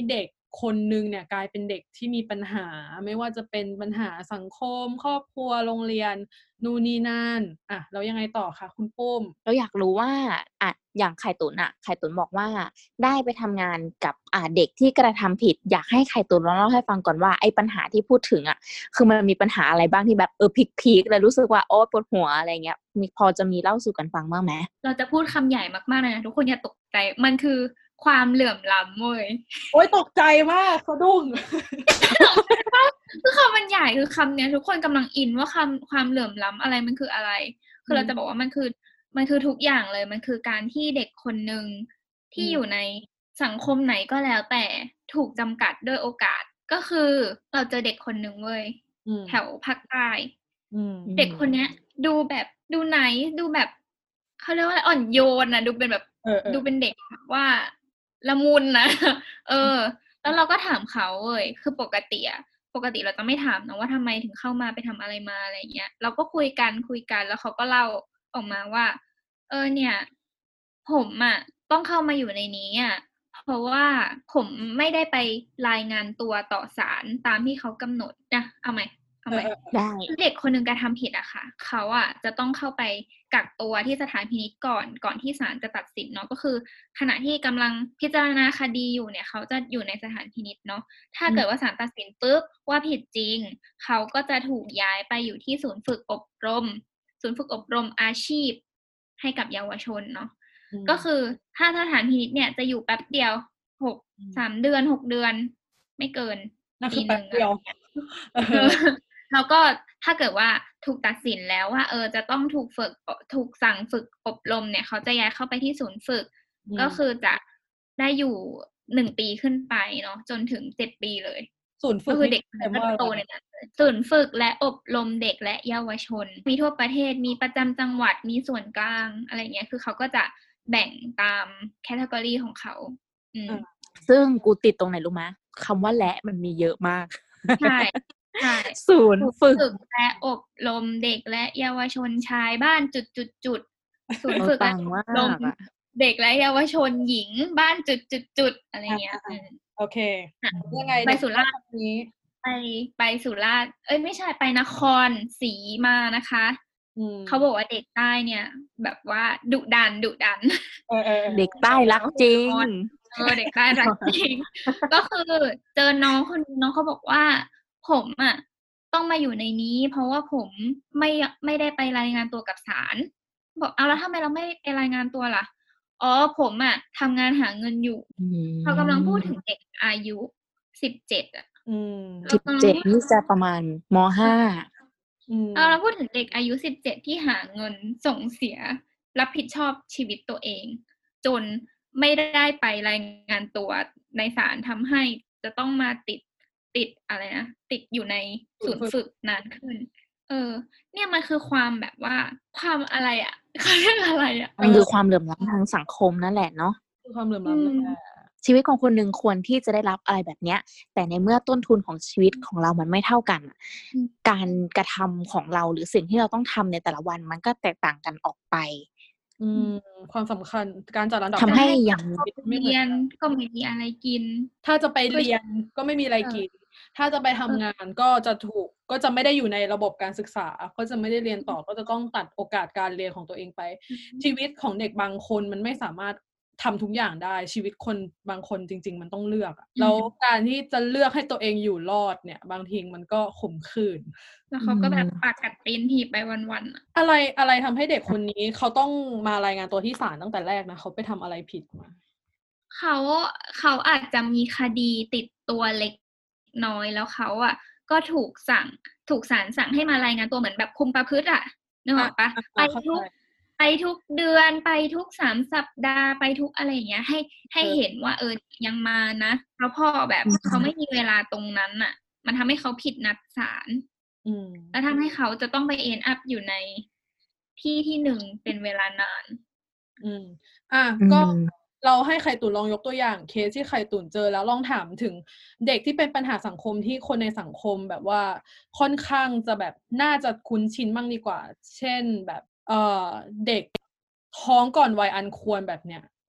คนนึงเนี่ยกลายเป็นเด็กที่มีปัญหาไม่ว่าจะเป็นปัญหาสังคมครอบครัวโรงเรียนนู่นนี่นั่นอ่ะแล้วยังไงต่อคะคุณปุ้มเราอยากรู้ว่าอ่ะอย่างไข่ตุ๋นอ่ะไข่ตุ๋นบอกว่าได้ไปทำงานกับอ่าเด็กที่กระทำผิดอยากให้ไข่ตุ๋นลองเล่าให้ฟังก่อนว่าไอ้ปัญหาที่พูดถึงอ่ะคือมันมีปัญหาอะไรบ้างที่แบบเออพีคๆแล้วรู้สึกว่าโอ๊ยปวดหัวอะไรเงี้ยมีพอจะมีเล่าสู่กันฟังบ้างไหมเราจะพูดคำใหญ่มากๆเลยนะทุกคนอย่าตกใจมันคือความเหลื่อมล้ำเว้ยโอ๊ยตกใจมากสะดุ้งคือคำมันใหญ่คือคำเนี้ยทุกคนกำลังอินว่าคำความเหลื่อมล้ำอะไรมันคืออะไร คือเราจะบอกว่ามันคือมันคือทุกอย่างเลยมันคือการที่เด็กคนหนึ่งที่อยู่ในสังคมไหนก็แล้วแต่ถูกจำกัดด้วยโอกาสก็คือเราเจอเด็กคนหนึ่งเว้ยแถวภาคใต้เด็กคนเนี้ยดูแบบดูไหนดูแบบเขาเรียกว่าอ่อนโยนนะดูเป็นแบบดูเป็นเด็กว่าละมุนนะเออแล้วเราก็ถามเขาเว้ยคือปกติอะปกติเราจะไม่ถามนะว่าทำไมถึงเข้ามาไปทำอะไรมาอะไรเงี้ยเราก็คุยกันคุยกันแล้วเขาก็เล่าออกมาว่าเออเนี่ยผมอะต้องเข้ามาอยู่ในนี้อะเพราะว่าผมไม่ได้ไปรายงานตัวต่อศาลตามที่เขากำหนดนะเอาไหมเอาไหมได้เด็กคนหนึ่งกระทำผิดอะค่ะเขาอะจะต้องเข้าไปกักตัวที่สถานพินิจก่อนก่อนที่ศาลจะตัดสินเนาะก็คือขณะที่กำลังพิจารณาคดีอยู่เนี่ยเขาจะอยู่ในสถานพินิจเนาะถ้าเกิดว่าศาลตัดสินปุ๊บว่าผิดจริงเขาก็จะถูกย้ายไปอยู่ที่ศูนย์ฝึกอบรมศูนย์ฝึกอบรมอาชีพให้กับเยาวชนเนาะก็คือถ้าสถานพินิจเนี่ยจะอยู่แป๊บเดียวหกสามเดือนหกเดือนไม่เกินปีหนึ่งเดียวแล้วก็ถ้าเกิดว่าถูกตัดสินแล้วว่าเออจะต้องถูกฝึกถูกสั่งฝึกอบรมเนี่ยเขาจะย้ายเข้าไปที่ศูนย์ฝึกก็คือจะได้อยู่หนึ่งปีขึ้นไปเนาะจนถึงเจ็ดปีเลยศูนย์ฝึกก็คือเด็กก็โตในนั้นศูนย์ฝึกและอบรมเด็กและเยาวชนมีทั่วประเทศมีประจำจังหวัดมีส่วนกลางอะไรเงี้ยคือเขาก็จะแบ่งตามแคตตากรีของเขาอืมซึ่งกูติดตรงไหนรู้ไหมคำว่าและมันมีเยอะมากใช่ใช่ศูนย์ฝึกและอบรมเด็กและเยาวชนชายบ้านจุดจุดจุดศูนย์ฝึกและอบรมเด็กและเยาวชนหญิงบ้านจุดจุดจุดอะไรเงี้ยโอเคยังไงไปสุราษฎร์นี้ไปไปสุราษฎร์เอ้ยไม่ใช่ไปนครศรีมานะคะเขาบอกว่าเด็กใต้เนี่ยแบบว่าดุดันดุดันเด็กใต้รักจริงเออเด็กใต้รักจริงก็คือเจอน้องคนน้องเขาบอกว่าผมอ่ะต้องมาอยู่ในนี้เพราะว่าผมไม่ไม่ได้ไปรายงานตัวกับศาลบอกเอาแล้วทำไมเราไม่ไปรายงานตัวล่ะอ๋อผมอ่ะทำงานหาเงินอยู่เขากำลังพูดถึงเด็กอายุสิบเจ็ดอ่ะสิบเจ็ดนี่จะประมาณม.ห้าเราพูดถึงเด็กอายุสิบเจ็ดที่หาเงินส่งเสียรับผิดชอบชีวิตตัวเองจนไม่ได้ไปรายงานตัวในศาลทำให้จะต้องมาติดติดอะไรนะติดอยู่ในศูนย์ฝึกนานขึ้นเออเนี่ยมันคือความแบบว่าความอะไรอ่ะเขาเรียกอะไรอ่ะมันคือความเหลื่อมล้ำทางสังคมนั่นแหละเนาะคือความเหลื่อมล้ำนั่นแหละชีวิตของคนหนึ่งควรที่จะได้รับอะไรแบบเนี้ยแต่ในเมื่อต้นทุนของชีวิตของเรามันไม่เท่ากันการกระทำของเราหรือสิ่งที่เราต้องทำในแต่ละวันมันก็แตกต่างกันออกไปอืมความสำคัญการจัดลำดับทำให้อย่างเรียนก็ไม่มีอะไรกินถ้าจะไปเรียนก็ไม่มีอะไรกินถ้าจะไปทำงานก็จะถูกก็จะไม่ได้อยู่ในระบบการศึกษาก็จะไม่ได้เรียนต่อก็จะต้องตัดโอกาสการเรียนของตัวเองไปชีวิตของเด็กบางคนมันไม่สามารถทำทุกอย่างได้ชีวิตคนบางคนจริงๆมันต้องเลือกแล้วการที่จะเลือกให้ตัวเองอยู่รอดเนี่ยบางทีมันก็ขมขื่นแล้วเขาก็แบบปากกัดตีนถีบไปวันๆอะไรอะไรทำให้เด็กคนนี้เขาต้องมารายงานตัวที่ศาลตั้งแต่แรกนะเขาไปทำอะไรผิดมาเขาเขาอาจจะมีคดีติดตัวเล็กน้อยแล้วเขาอ่ะก็ถูกสั่งถูกศาลสั่งให้มารายงานตัวเหมือนแบบคุมประพฤติอ่ะนึกออกปะไปทุกไปทุกเดือนไปทุกสามสัปดาห์ไปทุกอะไรอย่างเงี้ยให้ให้เห็นว่าเออยังมานะแล้วพอแบบเขาไม่มีเวลาตรงนั้นอ่ะมันทำให้เขาผิดนัดศาลแล้วทำให้เขาจะต้องไปเอ็นอัพอยู่ในที่ที่หนึ่งเป็นเวลานานอืมอ่ะก็เราให้ไข่ตุ๋นลองยกตัวอย่างเคสที่ไข่ตุ๋นเจอแล้วลองถามถึงเด็กที่เป็นปัญหาสังคมที่คนในสังคมแบบว่าค่อนข้างจะแบบน่าจะคุ้นชินบ้างดีกว่าเช่นแบบเอ่อเด็กท้องก่อนวัยอันควรแบบเนี้ย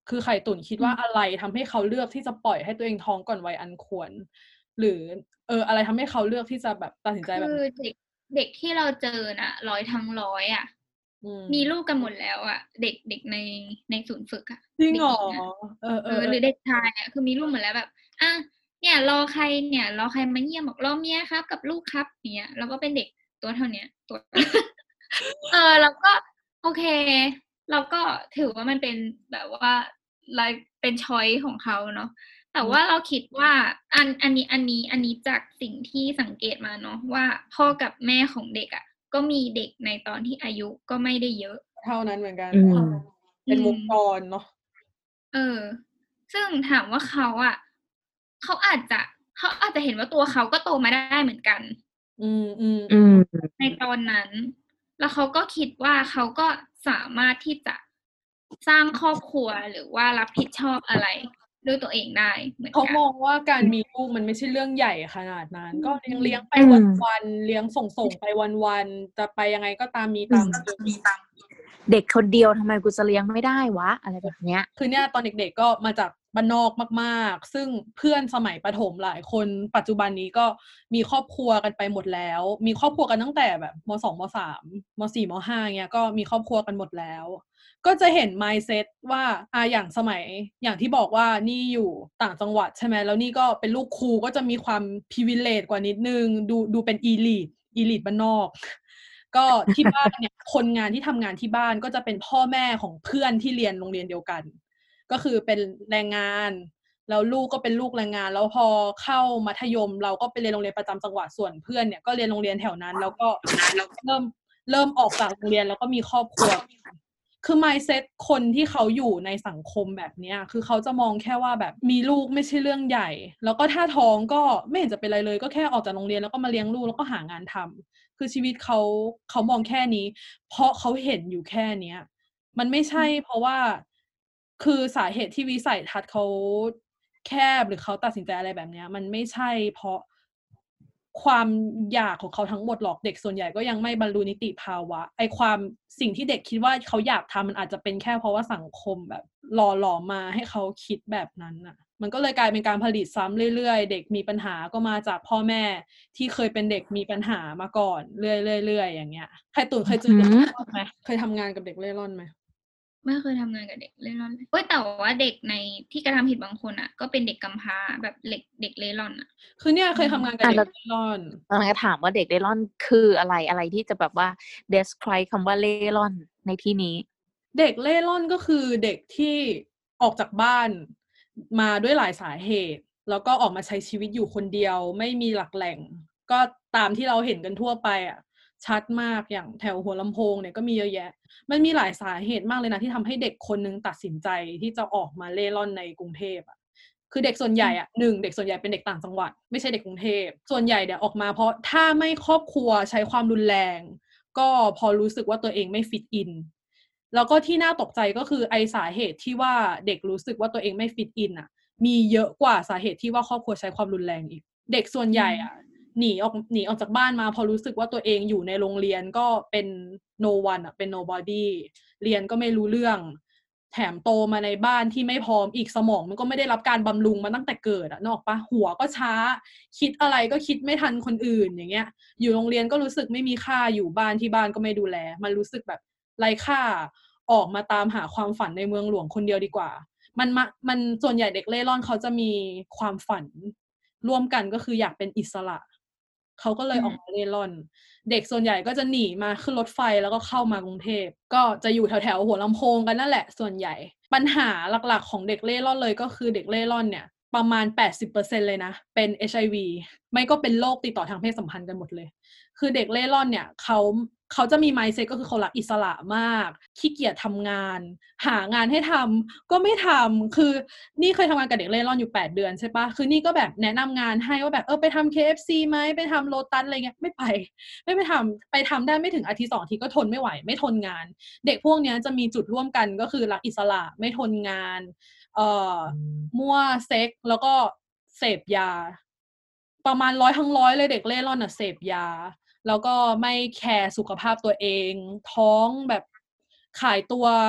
คือไข่ตุ๋นคิดว่าอะไรทำให้เขาเลือกที่จะปล่อยให้ตัวเองท้องก่อนวัยอันควร หรือเอออะไรทำให้เขาเลือกที่จะแบบตัดสินใจแบบคือเด็กเด็กที่เราเจอน่ะร้อยทั้งร้อยอ่ะอืมมีลูกกันหมดแล้วอ่ะ เด็กเด็กในในศูนย์ฝึกอ่ะจริงเด็กเหรหอญิงอ่ะเออเอเอออเอหรืออเด็กชายอ่ะคือมีลูกหมดแล้วแบบอ่ะเนี่ยรอใครเนี่ยรอใครมาเยี่ยมบอกรอเมียครับกับลูกครับเนี้ยแล้วก็เป็นเด็กตัวเท่าเนี้ยตัว เออแล้วก็โอเค เราก็ถือว่ามันเป็นแบบว่าไลฟ์เป็นช้อยของเขาเนาะแต่ว่าเราคิดว่าอันอันนี้อันนี้อันนี้จากสิ่งที่สังเกตมาเนาะว่าพ่อกับแม่ของเด็กอ่ะก็มีเด็กในตอนที่อายุก็ไม่ได้เยอะเท่านั้นเหมือนกันอืมเป็นวงจรเนาะเออ ซึ่งถามว่าเขาอ่ะเขาอาจจะเขาอาจจะเห็นว่าตัวเขาก็โตมาได้เหมือนกันอืมอืมอืมในตอนนั้น แล้วเขาก็คิดว่าเขาก็สามารถที่จะสร้างครอบครัวหรือว่ารับผิดชอบอะไรด้วยตัวเองได้เหมือนเขากันมองว่าการมีลูกมันไม่ใช่เรื่องใหญ่ขนาดนั้น ก็เลี้ยงเลี้ยงไปอืมวันๆเลี้ยงส่งส่งไปวันๆจะไปยังไงก็ตามมีตามเกิดเด็กคนเดียวทำไมกูจะเลี้ยงไม่ได้วะ อะไรแบบเนี้ยคือเนี่ยตอนเด็กๆก็มาจากบ้านนอกมากๆ ซึ่งเพื่อนสมัยประถมหลายคนปัจจุบันนี้ก็มีครอบครัวกันไปหมดแล้ว มีครอบครัวกันตั้งแต่แบบมสองมสามมสี่มห้าเงี้ยก็มีครอบครัวกันหมดแล้ว ก็จะเห็น mindset ว่าอ่ะอย่างสมัยอย่างที่บอกว่านี่อยู่ต่างจังหวัดใช่ไหมแล้วนี่ก็เป็นลูกครูก็จะมีความ privilege กว่านิดนึงดูดูเป็น elite elite บ้านนอก ก็ที่บ้านเนี่ย คนงานที่ทำงานที่บ้านก็จะเป็นพ่อแม่ของเพื่อนที่เรียนโรงเรียนเดียวกัน ก็คือเป็นแรงงานแล้วลูกก็เป็นลูกแรงงานแล้วพอเข้ามัธยมเราก็ไปเรียนโรงเรียนประจำจังหวัดส่วนเพื่อนเนี่ยก็เรียนโรงเรียนแถวนั้นแล้วก็เริ่มเริ่มออกจากโรงเรียนแล้วก็มีครอบครัวคือ mindset คนที่เขาอยู่ในสังคมแบบเนี้ยคือเขาจะมองแค่ว่าแบบมีลูกไม่ใช่เรื่องใหญ่แล้วก็ถ้าท้องก็ไม่เห็นจะเป็นอะไรเลยก็แค่ออกจากโรงเรียนแล้วก็มาเลี้ยงลูกแล้วก็หางานทำคือชีวิตเขาเขามองแค่นี้เพราะเขาเห็นอยู่แค่เนี้ยมันไม่ใช่เพราะว่าคือสาเหตุที่วิสัยทัศน์เขาแคบหรือเขาตัดสินใจอะไรแบบเนี้ยมันไม่ใช่เพราะความอยากของเขาทั้งหมดหรอกเด็กส่วนใหญ่ก็ยังไม่บรรลุนิติภาวะไอความสิ่งที่เด็กคิดว่าเขาอยากทำมันอาจจะเป็นแค่เพราะว่าสังคมแบบหล่อหลอมมาให้เขาคิดแบบนั้นน่ะมันก็เลยกลายเป็นการผลิตซ้ำเรื่อยๆเด็กมีปัญหาก็มาจากพ่อแม่ที่เคยเป็นเด็กมีปัญหามาก่อนเรื่อยๆๆอย่างเงี้ยใครตุ๋นเคยเจอเด็กเล่ร่อนไหมเคยทำงานกับเด็กเล่ร่อนไหมไม่เคยทำงานกับเด็กเล่ร่อนเลยเว้ยแต่ว่าเด็กในที่กระทำผิดบางคนอ่ะก็เป็นเด็กกำพร้าแบบเด็กเด็กเล่ร่อนอ่ะคือเนี่ยเคยทำงานกับเด็กเล่ร่อนกำลังจะถามว่าเด็กเล่ร่อนคืออะไรอะไรที่จะแบบว่า describe คำว่าเล่ร่อนในที่นี้เด็กเล่ร่อนก็คือเด็กที่ออกจากบ้านมาด้วยหลายสาเหตุแล้วก็ออกมาใช้ชีวิตอยู่คนเดียวไม่มีหลักแหล่งก็ตามที่เราเห็นกันทั่วไปอ่ะชัดมากอย่างแถวหัวลำโพงเนี่ยก็มีเยอะแยะมันมีหลายสาเหตุมากเลยนะที่ทำให้เด็กคนนึงตัดสินใจที่จะออกมาเล่ร่อนในกรุงเทพอ่ะคือเด็กส่วนใหญ่อ่ะหนึ่งเด็กส่วนใหญ่เป็นเด็กต่างจังหวัดไม่ใช่เด็กกรุงเทพส่วนใหญ่เนี่ยออกมาเพราะถ้าไม่ครอบครัวใช้ความรุนแรงก็พอรู้สึกว่าตัวเองไม่ฟิตอินแล้วก็ที่น่าตกใจก็คือไอสาเหตุที่ว่าเด็กรู้สึกว่าตัวเองไม่ฟิตอินอ่ะมีเยอะกว่าสาเหตุที่ว่าครอบครัวใช้ความรุนแรงอีกเด็กส่วนใหญ่อ่ะหนีออกหนีออกจากบ้านมาพอรู้สึกว่าตัวเองอยู่ในโรงเรียนก็เป็น no one อ่ะเป็น nobody เรียนก็ไม่รู้เรื่องแถมโตมาในบ้านที่ไม่พร้อมอีกสมองมันก็ไม่ได้รับการบำรุงมาตั้งแต่เกิดอ่ะนึกออกปะหัวก็ช้าคิดอะไรก็คิดไม่ทันคนอื่นอย่างเงี้ยอยู่โรงเรียนก็รู้สึกไม่มีค่าอยู่บ้านที่บ้านก็ไม่ดูแลมันรู้สึกแบบไร้ค่าออกมาตามหาความฝันในเมืองหลวงคนเดียวดีกว่ามันมามันส่วนใหญ่เด็กเล่ร่อนเขาจะมีความฝันร่วมกันก็คืออยากเป็นอิสระเขาก็เลยออกมาเล่ร่อนเด็กส่วนใหญ่ก็จะหนีมาขึ้นรถไฟแล้วก็เข้ามากรุงเทพก็จะอยู่แถวๆหัวลำโพงกันนั่นแหละส่วนใหญ่ปัญหาหลักๆของเด็กเล่ร่อนเลยก็คือเด็กเล่ร่อนเนี่ยประมาณ แปดสิบเปอร์เซ็นต์ เลยนะเป็น เอช ไอ วี ไม่ก็เป็นโรคติดต่อทางเพศสัมพันธ์กันหมดเลยคือเด็กเล่ร่อนเนี่ยเขาเขาจะมี mindset ก็คือเขารักอิสระมากขี้เกียจทำงานหางานให้ทำก็ไม่ทำคือนี่เคยทำงานกับเด็กเล่ร่อนอยู่แปดเดือนใช่ปะคือนี่ก็แบบแนะนำงานให้ว่าแบบเออไปทำ เค เอฟ ซี ไหมไปทำโลตัสอะไรเงี้ยไม่ไปไม่ไปทำไปทำได้ไม่ถึงอาทิตย์สองอาทิตย์ก็ทนไม่ไหวไม่ทนงานเด็กพวกนี้จะมีจุดร่วมกันก็คือรักอิสระไม่ทนงานเอ่อมั่วเซ็กแล้วก็เสพยาประมาณร้อยทั้งร้อยเลยเด็กเล่ร่อนอ่ะเสพยาแล้วก็ไม่แคร์สุขภาพตัวเองท้องแบบขายตัว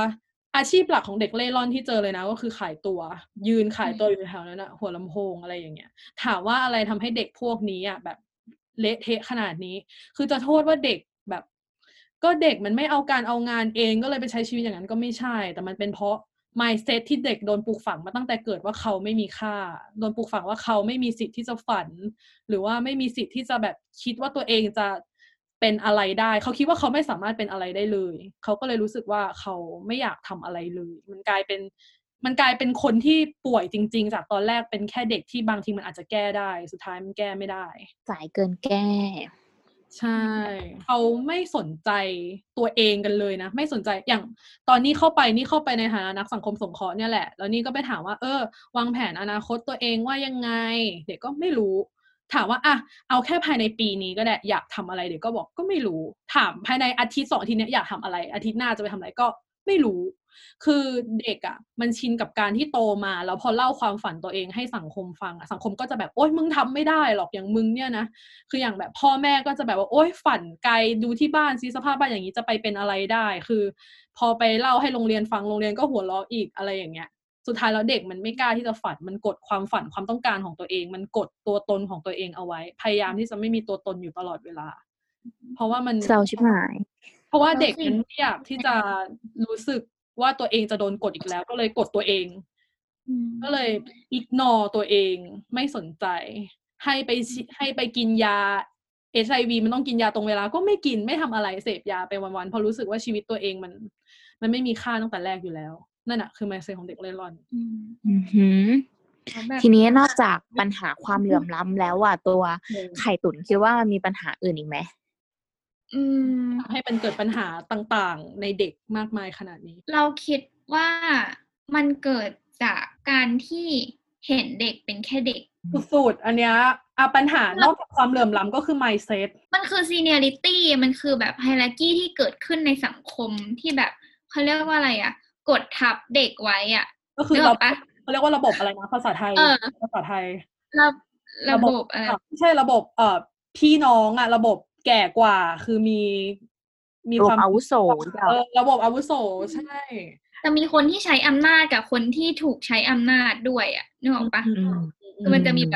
อาชีพหลักของเด็กเล่ร่อนที่เจอเลยนะก็คือขายตัวยืนขายตัวอยู่แถวนั้นนะหัวลำโพงอะไรอย่างเงี้ยถามว่าอะไรทำให้เด็กพวกนี้อ่ะแบบเละเทะขนาดนี้คือจะโทษว่าเด็กแบบก็เด็กมันไม่เอาการเอางานเองก็เลยไปใช้ชีวิตอย่างนั้นก็ไม่ใช่แต่มันเป็นเพราะ mindset ที่เด็กโดนปลูกฝังมาตั้งแต่เกิดว่าเขาไม่มีค่าโดนปลูกฝังว่าเขาไม่มีสิทธิ์ที่จะฝันหรือว่าไม่มีสิทธิ์ที่จะแบบคิดว่าตัวเองจะเป็นอะไรได้เขาคิดว่าเขาไม่สามารถเป็นอะไรได้เลยเขาก็เลยรู้สึกว่าเขาไม่อยากทำอะไรเลยมันกลายเป็นมันกลายเป็นคนที่ป่วยจริงๆจากตอนแรกเป็นแค่เด็กที่บางทีมันอาจจะแก้ได้สุดท้ายมันแก้ไม่ได้สายเกินแก้ใช่เขาไม่สนใจตัวเองกันเลยนะไม่สนใจอย่างตอนนี้เข้าไปนี่เข้าไปในฐานะนักสังคมสงเคราะห์เนี่ยแหละแล้วนี่ก็ไปถามว่าเออวางแผนอนาคตตัวเองว่ายังไงเด็กก็ไม่รู้ถามว่าอ่ะเอาแค่ภายในปีนี้ก็ได้อยากทำอะไรเด็กก็บอกก็ไม่รู้ถามภายในอาทิตย์สองอาทิตย์นี้อยากทำอะไรอาทิตย์หน้าจะไปทำอะไรก็ไม่รู้คือเด็กอ่ะมันชินกับการที่โตมาแล้วพอเล่าความฝันตัวเองให้สังคมฟังสังคมก็จะแบบโอ๊ยมึงทำไม่ได้หรอกอย่างมึงเนี่ยนะคืออย่างแบบพ่อแม่ก็จะแบบว่าโอ๊ยฝันไกลดูที่บ้านซิสภาพบ้านอย่างนี้จะไปเป็นอะไรได้คือพอไปเล่าให้โรงเรียนฟังโรงเรียนก็หัวเราะอีกอะไรอย่างเงี้ยสุดท้ายแล้วเด็กมันไม่กล้าที่จะฝันมันกดความฝันความต้องการของตัวเองมันกดตัวตนของตัวเองเอาไว้พยายามที่จะไม่มีตัวตนอยู่ตลอดเวลาเพราะว่ามันเศร้าชิบหายเพราะว่าเด็กมันไม่อยากที่จะรู้สึกว่าตัวเองจะโดนกดอีกแล้วก็เลยกดตัวเองก็เลยอิกนอตัวเองไม่สนใจให้ไปให้ไปกินยา เอช ไอ วี มันต้องกินยาตรงเวลาก็ไม่กินไม่ทำอะไรเสพยาไปวันๆเพราะรู้สึกว่าชีวิตตัวเองมันมันไม่มีค่าตั้งแต่แรกอยู่แล้วนั่นแหะคือ mindset ของเด็กเล่ร่อนอือหือทีนี้นอกจากปัญหาความเหลื่อมล้ำแล้วอ่ะตัวไข่ตุ๋นคิดว่ามีปัญหาอื่นอีกไหมอืมให้มันเกิดปัญหาต่างๆในเด็กมากมายขนาดนี้เราคิดว่ามันเกิดจากการที่เห็นเด็กเป็นแค่เด็กสุดๆอันเนี้ยอ่ะปัญหานอกจากความเหลื่อมล้ำก็คือ mindset มันคือ seniority มันคือแบบ hierarchy ที่เกิดขึ้นในสังคมที่แบบเขาเรียกว่าอะไรอ่ะกดทับเด็กไว้อ่ะก็คือเราเขาเรียกว่าระบบอะไรนะภาษาไทยภาษาไทยระระบบอะไรไม่ใช่ระบบเอ่อพี่น้องอ่ะระบบแก่กว่าคือมีมีความอาวุโสเออระบบอาวุโสใช่จะมีคนที่ใช้อำนาจกับคนที่ถูกใช้อำนาจด้วยอ่ะนึกออกปะคือมันจะมีแบบ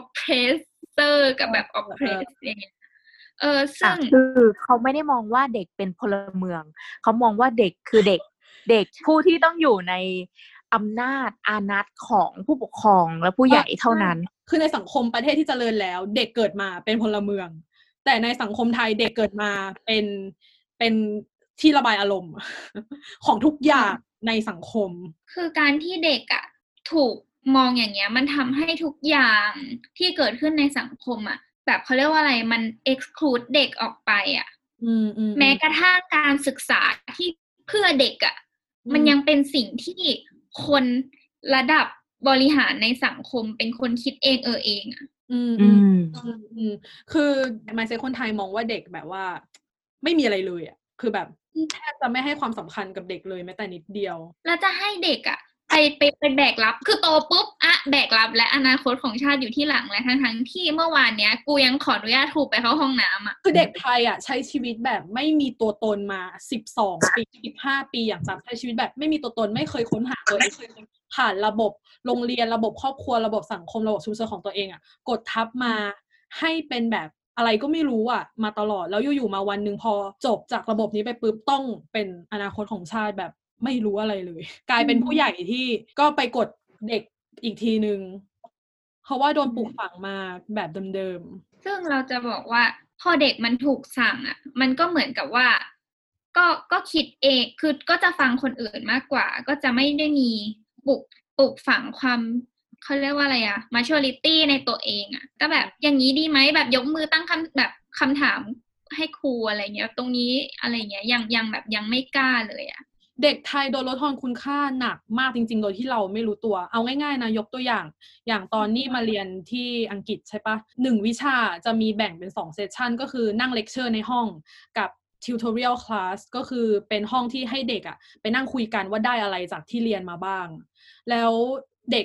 oppressor กับแบบ oppress อย่างเงี้ยเออซึ่งคือเขาไม่ได้มองว่าเด็กเป็นพลเมืองเขามองว่าเด็กคือเด็กเด็กผู้ที่ต้องอยู่ในอำนาจอานัตของผู้ปกครองและผู้ใหญ่เท่านั้นคือในสังคมประเทศที่เจริญแล้วเด็กเกิดมาเป็นพลเมืองแต่ในสังคมไทยเด็กเกิดมาเป็นเป็นที่ระบายอารมณ์ของทุกอย่างในสังคมคือการที่เด็กอ่ะถูกมองอย่างเงี้ยมันทำให้ทุกอย่างที่เกิดขึ้นในสังคมอ่ะแบบเขาเรียกว่าอะไรมัน exclude เด็กออกไปอ่ะแม้กระทั่งการศึกษาที่เพื่อเด็กอ่ะมันยังเป็นสิ่งที่คนระดับบริหารในสังคมเป็นคนคิดเองเออเองอ่ะอืมอืมอืมคือมายเซ็ตคนไทยมองว่าเด็กแบบว่าไม่มีอะไรเลยอ่ะคือแบบแทบจะไม่ให้ความสำคัญกับเด็กเลยแม้แต่นิดเดียวแล้วจะให้เด็กอ่ะไปไปไปแบกรับคือโตปุ๊บอะแบกรับและอนาคตของชาติอยู่ที่หลังและทั้งทั้งที่เมื่อวานเนี้ยกูยังขออนุญาตถูกไปเข้าห้องน้ำอ่ะคือเด็กไทยอ่ะใช้ชีวิตแบบไม่มีตัวตนมาสิบสองปีสิบห้าปีอย่างจำใช้ชีวิตแบบไม่มีตัวตนไม่เคยค้นหาตัวเองผ่านระบบโรงเรียนระบบครอบครัวระบบสังคมระบบชุมชนของตัวเองอ่ะกดทับมาให้เป็นแบบอะไรก็ไม่รู้อ่ะมาตลอดแล้วอยู่ๆมาวันนึงพอจบจากระบบนี้ไปปุ๊บต้องเป็นอนาคตของชาติแบบไม่รู้อะไรเลยกลายเป็นผู้ใหญ่ที่ก็ไปกดเด็กอีกทีนึงเพราะว่าโดนปลูกฝังมาแบบเดิมๆซึ่งเราจะบอกว่าพอเด็กมันถูกสั่งอ่ะมันก็เหมือนกับว่าก็ก็คิดเองคือก็จะฟังคนอื่นมากกว่าก็จะไม่ได้มีปลูกปลูกฝังความเขาเรียกว่าอะไรอะ maturity ในตัวเองอะก็แบบอย่างนี้ดีไหมแบบยกมือตั้งคำแบบคำถามให้ครูอะไรเงี้ยตรงนี้อะไรเงี้ยยังยังแบบยังไม่กล้าเลยอะเด็กไทยโดนลดทอนคุณค่าหนักมากจริงๆโดยที่เราไม่รู้ตัวเอาง่ายๆนะยกตัวอย่างอย่างตอนนี้มาเรียนที่อังกฤษใช่ปะหนึ่งวิชาจะมีแบ่งเป็นสองเซสชันก็คือนั่งเลคเชอร์ในห้องกับtutorial class ก็คือเป็นห้องที่ให้เด็กอะไปนั่งคุยกันว่าได้อะไรจากที่เรียนมาบ้างแล้วเด็ก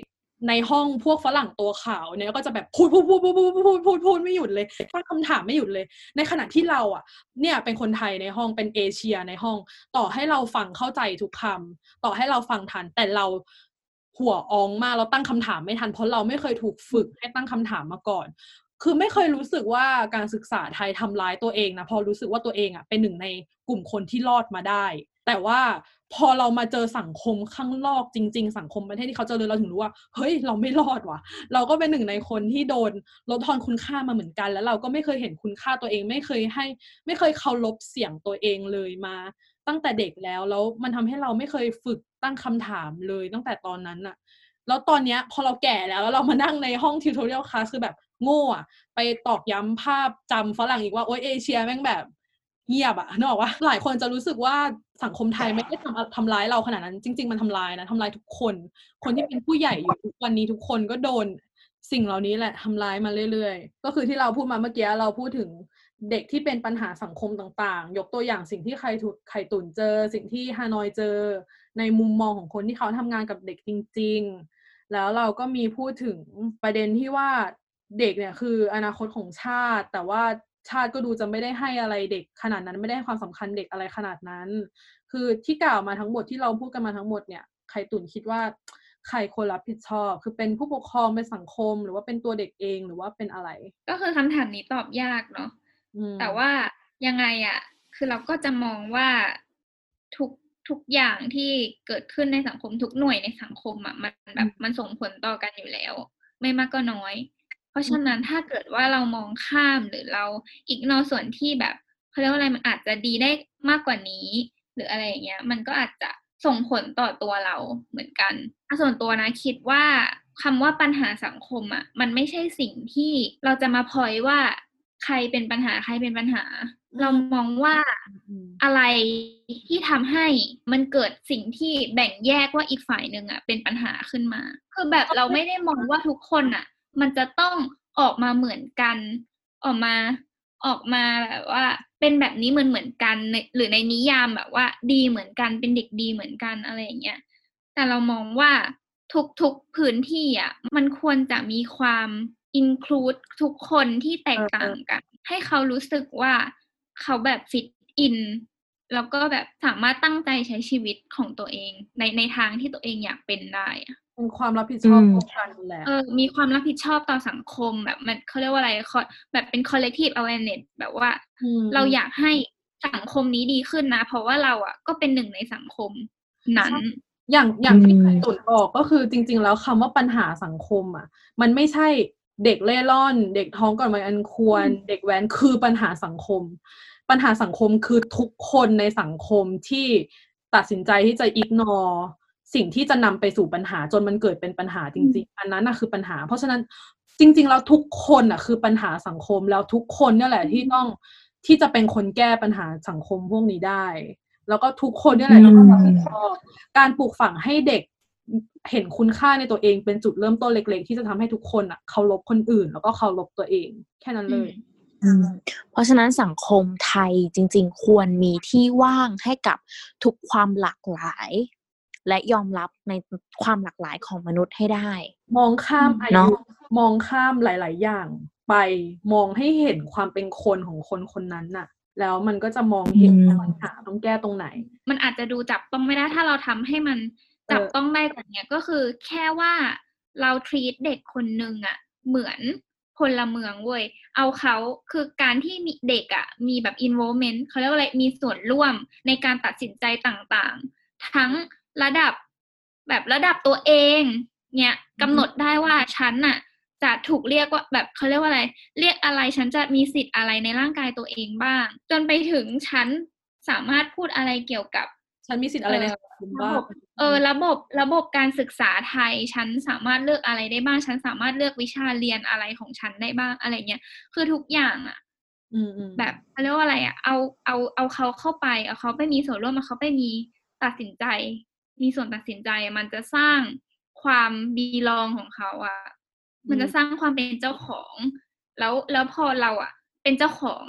ในห้องพวกฝรั่งตัวขาวเนี่ยก็จะแบบพูดพูดพูดพูดพูดพูดพูดพูดไม่หยุดเลยตั้งคำถามไม่หยุดเลยในขณะที่เราอ่ะเนี่ยเป็นคนไทยในห้องเป็นเอเชียในห้องต่อให้เราฟังเข้าใจทุกคำต่อให้เราฟังทันแต่เราหัวอองมากเราตั้งคำถามไม่ทันเพราะเราไม่เคยถูกฝึกให้ตั้งคำถามมาก่อนคือไม่เคยรู้สึกว่าการศึกษาไทยทำร้ายตัวเองนะพอรู้สึกว่าตัวเองอ่ะเป็นหนึ่งในกลุ่มคนที่รอดมาได้แต่ว่าพอเรามาเจอสังคมข้างนอกจริงๆสังคมประเทศที่เขาเจริญเราถึงรู้ว่าเฮ้ยเราไม่รอดว่ะเราก็เป็นหนึ่งในคนที่โดนลดทอนคุณค่ามาเหมือนกันแล้วเราก็ไม่เคยเห็นคุณค่าตัวเองไม่เคยให้ไม่เคยเคารพเสียงตัวเองเลยมาตั้งแต่เด็กแล้วแล้วมันทำให้เราไม่เคยฝึกตั้งคำถามเลยตั้งแต่ตอนนั้นน่ะแล้วตอนเนี้ยพอเราแก่แล้วแล้วเรามานั่งในห้องทิวทอเรียลคลาสคือแบบโง่อะไปตอกย้ำภาพจำฝรั่งอีกว่าโอ๊ยเอเชียแม่งแบบเงียบอะนึกออกปะหลายคนจะรู้สึกว่าสังคมไทยไม่ได้ทำทำร้ายเราขนาดนั้นจริงๆมันทำร้ายนะทำร้ายทุกคนคนที่เป็นผู้ใหญ่อยู่ทุกวันนี้ทุกคนก็โดนสิ่งเหล่านี้แหละทำร้ายมาเรื่อยๆก็คือที่เราพูดมาเมื่อกี้เราพูดถึงเด็กที่เป็นปัญหาสังคมต่างๆยกตัวอย่างสิ่งที่ไข่ตุไข่ตุ่นเจอสิ่งที่ฮานอยเจอในมุมมองของคนที่เขาทำงานกับเด็กจริงๆแล้วเราก็มีพูดถึงประเด็นที่ว่าเด็กเนี่ยคืออนาคตของชาติแต่ว่าชาติก็ดูจะไม่ได้ให้อะไรเด็กขนาดนั้นไม่ได้ให้ความสำคัญเด็กอะไรขนาดนั้นคือที่กล่าวมาทั้งหมดที่เราพูดกันมาทั้งหมดเนี่ยไข่ตุ่นคิดว่าใครควรรับผิดชอบคือเป็นผู้ปกครองเป็นสังคมหรือว่าเป็นตัวเด็กเองหรือว่าเป็นอะไรก็คือคำถามนี้ตอบยากเนาะแต่ว่ายังไงอ่ะคือเราก็จะมองว่าทุกทุกอย่างที่เกิดขึ้นในสังคมทุกหน่วยในสังคมอ่ะมันแบบมันส่งผลต่อกันอยู่แล้วไม่มากก็น้อยเพราะฉะนั้นถ้าเกิดว่าเรามองข้ามหรือเราอิกนอส่วนที่แบบเขาเรียกว่าอะไรมันอาจจะดีได้มากกว่านี้หรืออะไรอย่างเงี้ยมันก็อาจจะส่งผลต่อตัวเราเหมือนกันส่วนตัวนะคิดว่าคำว่าปัญหาสังคมอ่ะมันไม่ใช่สิ่งที่เราจะมาพอยว่าใครเป็นปัญหาใครเป็นปัญหาเรามองว่าอะไรที่ทำให้มันเกิดสิ่งที่แบ่งแยกว่าอีกฝ่ายหนึ่งอ่ะเป็นปัญหาขึ้นมาคือแบบเราไม่ได้มองว่าทุกคนอ่ะมันจะต้องออกมาเหมือนกันออกมาออกมาแบบว่าเป็นแบบนี้เหมือนเหมือนกันหรือในนิยามแบบว่าดีเหมือนกันเป็นเด็กดีเหมือนกันอะไรอย่างเงี้ยแต่เรามองว่าทุกๆพื้นที่อ่ะมันควรจะมีความinclude ทุกคนที่แตกต่างกันให้เขารู้สึกว่าเขาแบบฟิตอินแล้วก็แบบสามารถตั้งใจใช้ชีวิตของตัวเองในในทางที่ตัวเองอยากเป็นได้อะเป็นความรับผิดชอบร่วมกันแหละเออมีความรับผิดชอบต่อสังคมแบบมันเขาเรียกว่าอะไรแบบเป็น collective awareness แบบว่าเราอยากให้สังคมนี้ดีขึ้นนะเพราะว่าเราอ่ะก็เป็นหนึ่งในสังคมนั้นอย่างอย่างที่ไข่ตุ่นบอกก็คือจริงๆแล้วคำว่าปัญหาสังคมอ่ะมันไม่ใช่เด็กเล่ร่อนเด็กท้องก่อนวัยอันควรเด็กแว้นคือปัญหาสังคมปัญหาสังคมคือทุกคนในสังคมที่ตัดสินใจที่จะอิกนอสิ่งที่จะนำไปสู่ปัญหาจนมันเกิดเป็นปัญหาจริงๆอันนั้นน่ะคือปัญหาเพราะฉะนั้นจริงๆแล้วทุกคนอ่ะคือปัญหาสังคมแล้วทุกคนเนี่ยแหละที่ต้องที่จะเป็นคนแก้ปัญหาสังคมพวกนี้ได้แล้วก็ทุกคนเนี่ยแหละต้องรับผิดชอบการปลูกฝังให้เด็กเห็นคุณค่าในตัวเองเป็นจุดเริ่มต้นเล็กๆที่จะทำให้ทุกคนอ่ะเคารพคนอื่นแล้วก็เคารพตัวเองแค่นั้นเลยเพราะฉะนั้นสังคมไทยจริงๆควรมีที่ว่างให้กับทุกความหลากหลายและยอมรับในความหลากหลายของมนุษย์ให้ได้มองข้ามอายุมองข้ามหลายๆอย่างไปมองให้เห็นความเป็นคนของคนคนนั้นน่ะแล้วมันก็จะมองเห็นปัญหาต้องแก้ตรงไหนมันอาจจะดูจับต้องไม่ได้ถ้าเราทำให้มันจับต้องได้กว่านี้ก็คือแค่ว่าเรา treat เด็กคนนึงอ่ะเหมือนพลเมืองเว้ยเอาเขาคือการที่มีเด็กอ่ะมีแบบ involvement เขาเรียกว่าอะไรมีส่วนร่วมในการตัดสินใจต่างๆทั้งระดับแบบระดับตัวเองเนี่ยกำหนดได้ว่าฉันน่ะจะถูกเรียกว่าแบบเขาเรียกว่าอะไรเรียกอะไรฉันจะมีสิทธิ์อะไรในร่างกายตัวเองบ้างจนไปถึงฉันสามารถพูดอะไรเกี่ยวกับฉันมีสิทธิ์อะไรในสังคมบ้างเออระบบระบบการศึกษาไทยฉันสามารถเลือกอะไรได้บ้างฉันสามารถเลือกวิชาเรียนอะไรของฉันได้บ้างอะไรเงี้ยคือทุกอย่างอ่ะแบบเขาเรียกว่าอะไรอ่ะเอาเอาเอาเขาเข้าไปเอาเขาไปมีส่วนร่วมเอาเขาไปมีตัดสินใจมีส่วนตัดสินใจมันจะสร้างความบีลองของเขาอ่ะมันจะสร้างความเป็นเจ้าของแล้วแล้วพอเราอ่ะเป็นเจ้าของอ่ะ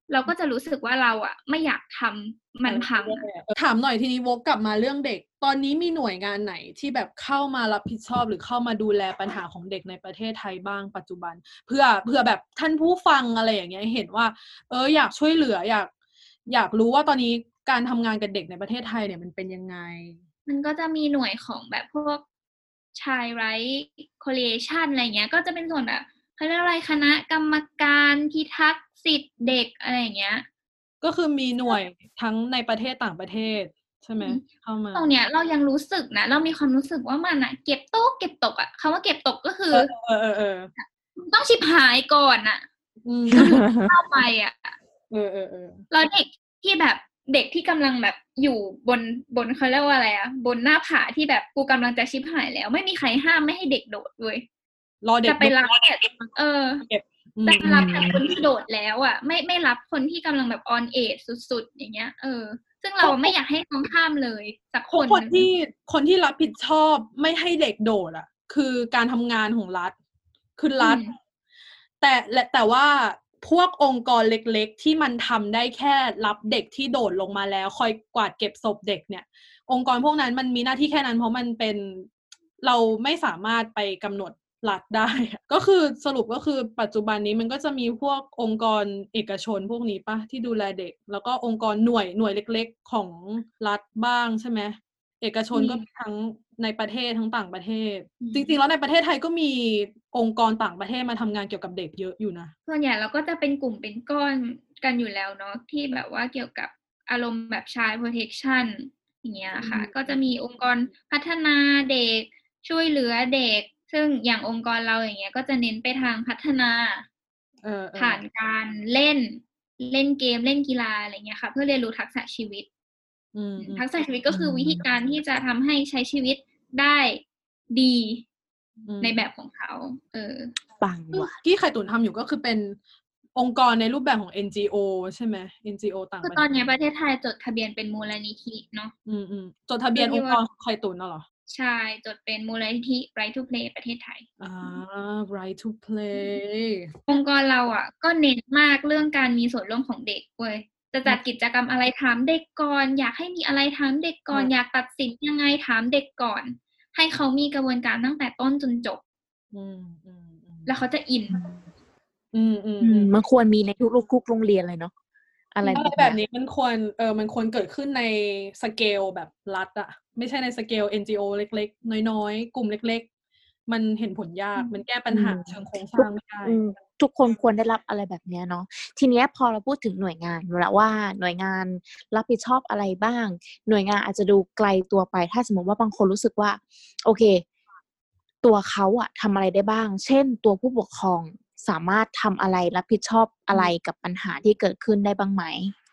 เราก็จะรู้สึกว่าเราอ่ะไม่อยากทำมันพังถามหน่อยทีนี้วกกลับมาเรื่องเด็กตอนนี้มีหน่วยงานไหนที่แบบเข้ามารับผิดชอบหรือเข้ามาดูแลปัญหาของเด็กในประเทศไทยบ้างปัจจุบันเพื่อเพื่อแบบท่านผู้ฟังอะไรอย่างเงี้ยเห็นว่าเอออยากช่วยเหลืออยากอยากรู้ว่าตอนนี้การทำงานกับเด็กในประเทศไทยเนี่ยมันเป็นยังไงมันก็จะมีหน่วยของแบบพวก Child Right Coalition อะไรเงี้ยก็จะเป็นส่วนแบบเขาเรียกอะไรคณะกรรมการพิทักษ์สิทธิเด็กอะไรอย่างเงี้ยก็คือมีหน่วยทั้งในประเทศต่างประเทศใช่ไหมเข้ามาตรงเนี้ยเรายังรู้สึกนะเรามีความรู้สึกว่ามันอะเก็บตกเก็บตกอะคำว่าเก็บตกก็คือเออเออเออต้องชิบหายก่อนอะเข้าไปอะเออเออเออแล้วเด็กที่แบบเด็กที่กำลังแบบอยู่บนบนเขาเรียกว่าอะไรอะบนหน้าผาที่แบบกูกำลังจะชิบหายแล้วไม่มีใครห้ามไม่ให้เด็กโดดเลยรอเด็กจะไปรับแต่เออจะรับแต่คนที่โดดแล้วอ่ะไม่ไม่รับคนที่กำลังแบบออนเอจสุดๆอย่างเงี้ยเออซึ่งเราไม่อยากให้น้องข้ามเลยสักคนคนที่คนที่รับผิดชอบไม่ให้เด็กโดดอ่ะคือการทำงานของรัฐคือรัฐแต่แต่ว่าพวกองค์กรเล็กๆที่มันทำได้แค่รับเด็กที่โดดลงมาแล้วคอยกวาดเก็บศพเด็กเนี่ยองค์กรพวกนั้นมันมีหน้าที่แค่นั้นเพราะมันเป็นเราไม่สามารถไปกำหนดรัฐได้ก็คือสรุปก็คือปัจจุบันนี้มันก็จะมีพวกองค์กรเอกชนพวกนี้ป่ะที่ดูแลเด็กแล้วก็องค์กรหน่วยหน่วยเล็กๆของรัฐบ้างใช่ไหมเอกชนก็มีทั้งในประเทศทั้งต่างประเทศจริงๆแล้วในประเทศไทยก็มีองค์กรต่างประเทศมาทำงานเกี่ยวกับเด็กเยอะอยู่นะส่วนใหญ่เราก็จะเป็นกลุ่มเป็นก้อนกันอยู่แล้วเนาะที่แบบว่าเกี่ยวกับอารมณ์แบบ Child Protection อย่างเงี้ยค่ะก็จะมีองค์กรพัฒนาเด็กช่วยเหลือเด็กซึ่งอย่างองค์กรเราอย่างเงี้ยก็จะเน้นไปทางพัฒนาผ่านการเล่นเล่นเกมเล่นกีฬาอะไรเงี้ยค่ะเพื่อเรียนรู้ทักษะชีวิตทักษะชีวิตก็คือวิธีการที่จะทำให้ใช้ชีวิตได้ดีในแบบของเขาเออปังว่ะที่ไข่ตุ๋นทำอยู่ก็คือเป็นองค์กรในรูปแบบของ เอ็น จี โอ ใช่ไหม เอ็น จี โอ ต่างประเทศคือตอนนี้ประเทศไทยจดทะเบียนเป็นมูลนิธิเนาะอืมอืมจดทะเบียนองค์กรไข่ตุ๋นน่ะเหรอใช่จดเป็นมูลนิธิ Right to Play ประเทศไทยอ่า Right to Play องค์กรเราอ่ะก็เน้นมากเรื่องการมีส่วนร่วมของเด็กเว้ยจะจัดกิจกรรมอะไรถามเด็กก่อนอยากให้มีอะไรถามเด็กก่อนอยากตัดสินยังไงถามเด็กก่อนให้เขามีกระบวนการตั้งแต่ต้นจนจบแล้วเขาจะอินอืมอืมมันควรมีในทุกทุกโรงเรียนเลยเนาะอะไรแบบนี้มันควรเออมันควรเกิดขึ้นในสเกลแบบรัฐอะไม่ใช่ในสเกล เอ็น จี โอ เล็กๆน้อยๆกลุ่มเล็กๆมันเห็นผลยากมันแก้ปัญหาเชิงโครงสร้างไม่ได้ทุกคนควรได้รับอะไรแบบนี้เนาะทีเนี้ยพอเราพูดถึงหน่วยงานแล้วว่าหน่วยงานรับผิดชอบอะไรบ้างหน่วยงานอาจจะดูไกลตัวไปถ้าสมมติว่าบางคนรู้สึกว่าโอเคตัวเขาอะทำอะไรได้บ้างเช่นตัวผู้ปกครองสามารถทำอะไรรับผิดชอบอะไรกับปัญหาที่เกิดขึ้นได้บ้างไหม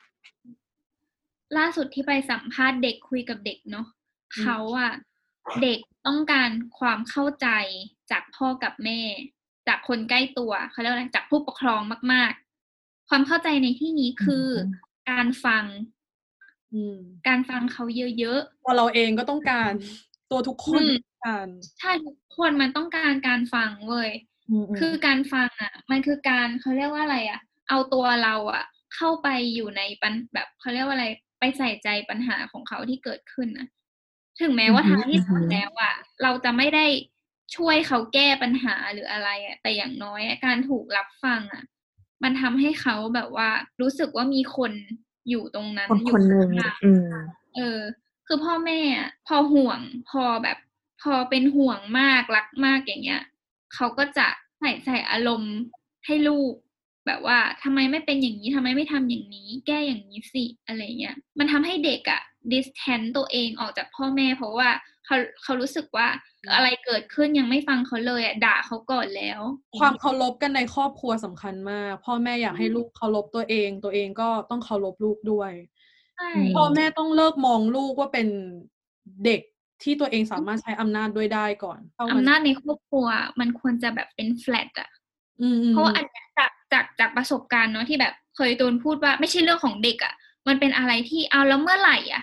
ล่าสุดที่ไปสัมภาษณ์เด็กคุยกับเด็กเนาะเขาอะเด็กต้องการความเข้าใจจากพ่อกับแม่จากคนใกล้ตัวเขาเรียกอะไรจากผู้ปกครองมากๆความเข้าใจในที่นี้คือการฟังการฟังเขาเยอะๆตัวเราเองก็ต้องการตัวทุกคนต้องการใช่ทุกคนมันต้องการการฟังเว้ยคือการฟังอ่ะมันคือการเขาเรียกว่าอะไรอ่ะเอาตัวเราอ่ะเข้าไปอยู่ในปัญแบบเขาเรียกว่าอะไรไปใส่ใจปัญหาของเขาที่เกิดขึ้นนะถึงแม้ว่าทางที่สุดแล้วอ่ะเราจะไม่ได้ช่วยเขาแก้ปัญหาหรืออะไรอ่ะแต่อย่างน้อยการถูกรับฟังอ่ะมันทำให้เขาแบบว่ารู้สึกว่ามีคนอยู่ตรงนั้นอยู่คนนึงเออคือพ่อแม่พอห่วงพอแบบพอเป็นห่วงมากรักมากอย่างเงี้ยเขาก็จะใส่ใส่อารมณ์ให้ลูกแบบว่าทำไมไม่เป็นอย่างนี้ทำไมไม่ทำอย่างนี้แก้อย่างนี้สิอะไรเงี้ยมันทำให้เด็กอะ distance ตัวเองออกจากพ่อแม่เพราะว่าเขาเขารู้สึกว่าอะไรเกิดขึ้นยังไม่ฟังเขาเลยอะด่าเขาก่อนแล้วความเคารพกันในครอบครัวสำคัญมากพ่อแม่อยากให้ลูกเคารพตัวเองตัวเองก็ต้องเคารพลูกด้วยพ่อแม่ต้องเลิกมองลูกว่าเป็นเด็กที่ตัวเองสามารถใช้อำนาจด้วยได้ก่อนอำนาจในครอบครัวมันควรจะแบบเป็น flat อ่ะเพราะว่าอันนี้จากจากจากประสบการณ์เนาะที่แบบเคยโดนพูดว่าไม่ใช่เรื่องของเด็กอ่ะมันเป็นอะไรที่เอาแล้วเมื่อไหร่อ่ะ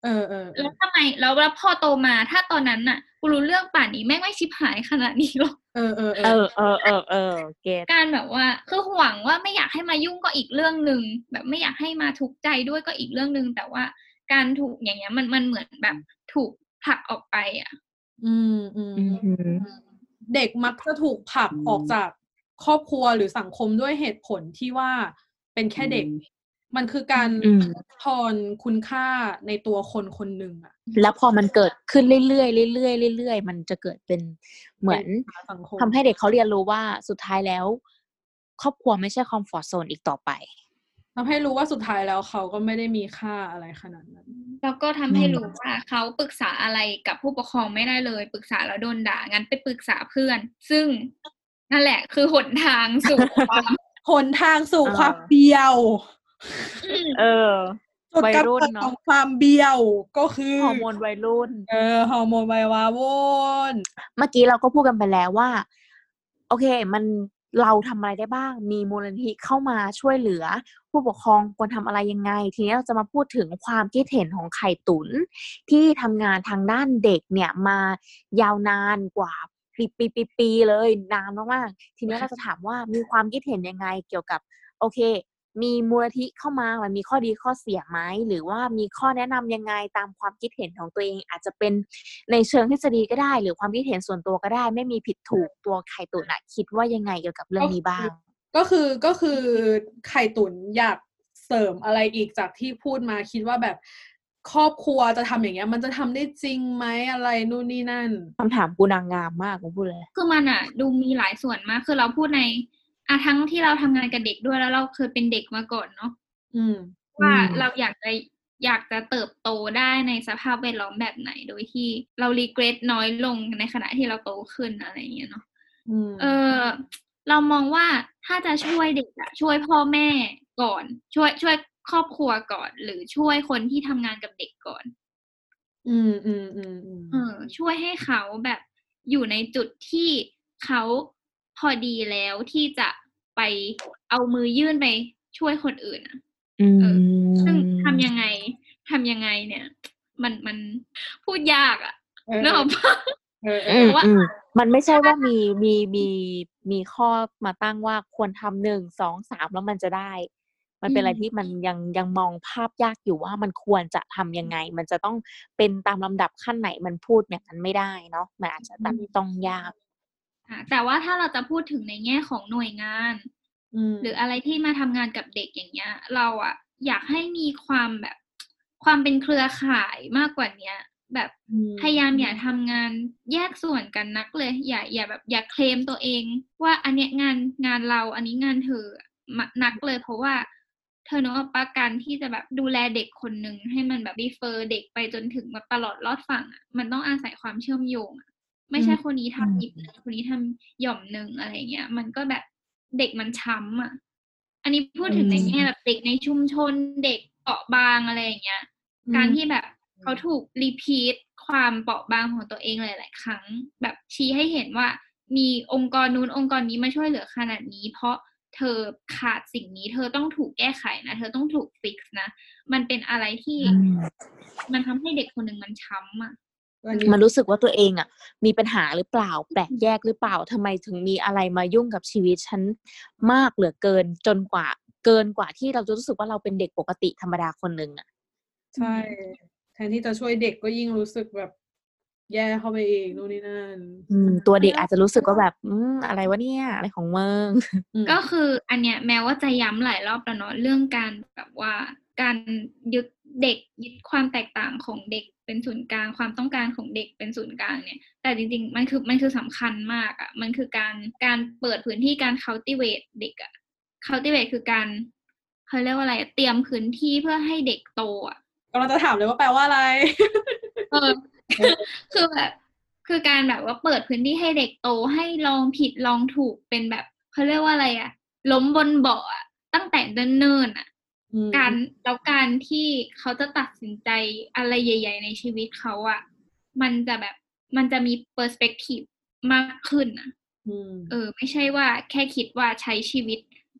เออเออเอแล้อวทำไมแล้วแล้วพอโตมาถ้าตอนนั้นน่ะกูรู้เรื่องป่านนี้แม่งไม่ชิบหายขนาดนี้หรอกเออเออเอเอออเออเออเออเก็ตการแบบว่าคือหวังว่าไม่อยากให้มายุ่งก็อีกเรื่องหนึ่งแบบไม่อยากให้มาทุกข์ใจด้วยก็อีกเรื่องหนึ่งแต่ว่าการถูกอย่างเงี้ยมันมันเหมือนแบบถูกผลักออกไปอ่ะอืมอืมอือหือเด็กมักจะถูกผลักออกจากครอบครัวหรือสังคมด้วยเหตุผลที่ว่าเป็นแค่เด็ก มันคือการอืมทอนคุณค่าในตัวคนคนหนึ่งอะแล้วพอมันเกิดขึ้นเรื่อยๆเรื่อยๆเรื่อยๆมันจะเกิดเป็นเหมือนเป็นปัญหาสังคมทำให้เด็กเขาเรียนรู้ว่าสุดท้ายแล้ว ครอบครัวไม่ใช่คอมฟอร์ตโซนอีกต่อไปทำให้รู้ว่าสุดท้ายแล้วเขาก็ไม่ได้มีค่าอะไรขนาดนั้นแล้วก็ทำให้รู้ว่าเขาปรึกษาอะไรกับผู้ปกครองไม่ได้เลยปรึกษาแล้วโดนด่างั้นไปปรึกษาเพื่อน ซึ่งนั่นแหละคือหนทางสู่ความหนทางสู่เออความเบียวอืมเออจุดวัยกำรุ่นเนิดเนอะของความเบียวก็คือฮอร์โมนวัยรุ่นเออฮอร์โมนวัยวาวุ่นเมื่อกี้เราก็พูดกันไปแล้วว่า โอเค มันเราทำอะไรได้บ้าง มีมูลนิธิเข้ามาช่วยเหลือ ผู้ปกครองควรทำอะไรยังไง ทีนี้เราจะมาพูดถึงความคิดเห็นของไข่ตุ๋นที่ทำงานทางด้านเด็กเนี่ยมายาวนานกว่าปีปีปีๆเลยนานมากๆทีนี้เราจะถามว่ามีความคิดเห็นยังไงเกี่ยวกับ โอเค มีมูลนิธิเข้ามามันมีข้อดีข้อเสียไหมหรือว่ามีข้อแนะนำยังไงตามความคิดเห็นของตัวเอง อาจจะเป็นในเชิงทฤษฎีก็ได้ หรือความคิดเห็นส่วนตัวก็ได้ ไม่มีผิดถูกตัวไข่ตุ๋นน่ะคิดว่ายังไงเกี่ยวกับเรื่องนี้บ้างก็คือก็คือไข่ตุ๋นอยากเสริมอะไรอีกจากที่พูดมาคิดว่าแบบครอบครัวจะทำอย่างเงี้ย มันจะทำได้จริงไหมอะไรนู่นนี่นั่นคำถามกูนางงามมากกูพูดเลยคือมันอะดูมีหลายส่วนมากคือเราพูดในอะทั้งที่เราทำงานกับเด็กด้วยแล้วเราเคยเป็นเด็กมาก่อนเนาะอืมว่าอืมเราอยากจะอยากจะเติบโตได้ในสภาพแวดล้อมแบบไหน โดยที่เรารีเกรสน้อยลงในขณะที่เราโตขึ้นอะไรอย่างเงี้ยเนาะอืมเออเรามองว่าถ้าจะช่วยเด็กอะช่วยพ่อแม่ก่อน ช่วยช่วยครอบครัวก่อน หรือช่วยคนที่ทำงานกับเด็กก่อนอืมอืมอืมอืมเออช่วยให้เขาแบบอยู่ในจุดที่เขาพอดีแล้วที่จะไปเอามือยื่นไปช่วยคนอื่นอะอืเออมซึ่งทำยังไงทำยังไงเนี่ย มันมันพูดยากอะเออนึกออกปะเออเออือมเพราะว่าอืมมันไม่ใช่ว่ามีมีมีมีข้อมาตั้งว่าควรทำหนึ่งสองสามแล้วมันจะได้ มันเป็นอะไรอืมที่มันยังยังมองภาพยากอยู่ว่ามันควรจะทำยังไง มันจะต้องเป็นตามลำดับขั้นไหนมันพูดอย่างนั้นไม่ได้เนาะมันอาจจะแบบต้องยากอ่ะแต่ว่าถ้าเราจะพูดถึงในแง่ของหน่วยงานอืมหรืออะไรที่มาทำงานกับเด็กอย่างเงี้ย เราอะอยากให้มีความแบบความเป็นเครือข่ายมากกว่าเนี้ย แบบอืมพยายามอย่าทำงานแยกส่วนกันนักเลย อย่าอย่าแบบอย่าเคลมตัวเอง ว่าอันเนี้ยงานงานเราอันนี้งานเธอมานักเลย เพราะว่าเธอเนกอะปะการที่จะแบบดูแลเด็กคนหนึ่งให้มันแบบรีเฟอร์เด็กไปจนถึงแบบตลอดรอดฝั่งอะมันต้องอาศัยความเชื่อมโยงอะไม่ใช่คนนี้ทำนิดนึงคนนี้ทำหย่อมหนึ่งอะไรเงี้ยมันก็แบบเด็กมันช้ำอ่ะ อันนี้พูดถึงในแง่แบบเด็กในชุมชนเด็กเปราะบางอะไรอย่างเงี้ยอืมการที่แบบเขาถูกรีพีทความเปราะบางของตัวเองหลาย ๆ ครั้ง แบบชี้ให้เห็นว่ามีองค์กรนู้นองค์กรนี้มาช่วยเหลือขนาดนี้ เพราะเธอขาดสิ่งนี้ เธอต้องถูกแก้ไขนะเธอต้องถูกฟิกซ์นะมันเป็นอะไรที่อืมมันทำให้เด็กคนหนึ่งมันช้ำอ่ะอันนี้มันรู้สึกว่าตัวเองอ่ะ มีปัญหาหรือเปล่า แปลกแยกหรือเปล่าทำไมถึงมีอะไรมายุ่งกับชีวิตฉันมากเหลือเกินจนกว่าเกินกว่าที่เราจะรู้สึกว่าเราเป็นเด็กปกติธรรมดาคนหนึ่งอ่ะใช่ แทนที่จะช่วยเด็กก็ยิ่งรู้สึกแบบแย่เข้าไปเองนู่นนี่นั่นอืม ตัวเด็กอาจจะรู้สึกว่าแบบ อืมอะไรวะเนี่ยอะไรของมึงอืมก็คืออันเนี้ยแม้ว่าจะย้ำหลายรอบแล้วเนาะเรื่องการแบบว่าการยึดเด็กยึดความแตกต่างของเด็กเป็นศูนย์กลางความต้องการของเด็กเป็นศูนย์กลางเนี่ยแต่จริงๆมันคือมันคือสำคัญมากอะ่ะมันคือการการเปิดพื้นที่การ cultivate เด็กอะ่ะ cultivate คือการเขาเรียกว่าอะไรเตรียมพื้นที่เพื่อให้เด็กโตอ่ะกำลังจะถามเลยว่าแปลว่าอะไรเออ คือแบบคือการแบบว่าเปิดพื้นที่ให้เด็กโตให้ลองผิดลองถูกเป็นแบบเขาเรียกว่าอะไรอะล้มบนเบาะอะตั้งแต่เนิ่นๆอะอืมการแล้วการที่เขาจะตัดสินใจอะไรใหญ่ ๆ ในชีวิตเขาอะมันจะแบบมันจะมีเปอร์สเปกทีฟมากขึ้นอะอืมเออไม่ใช่ว่าแค่คิดว่าใช้ชีวิต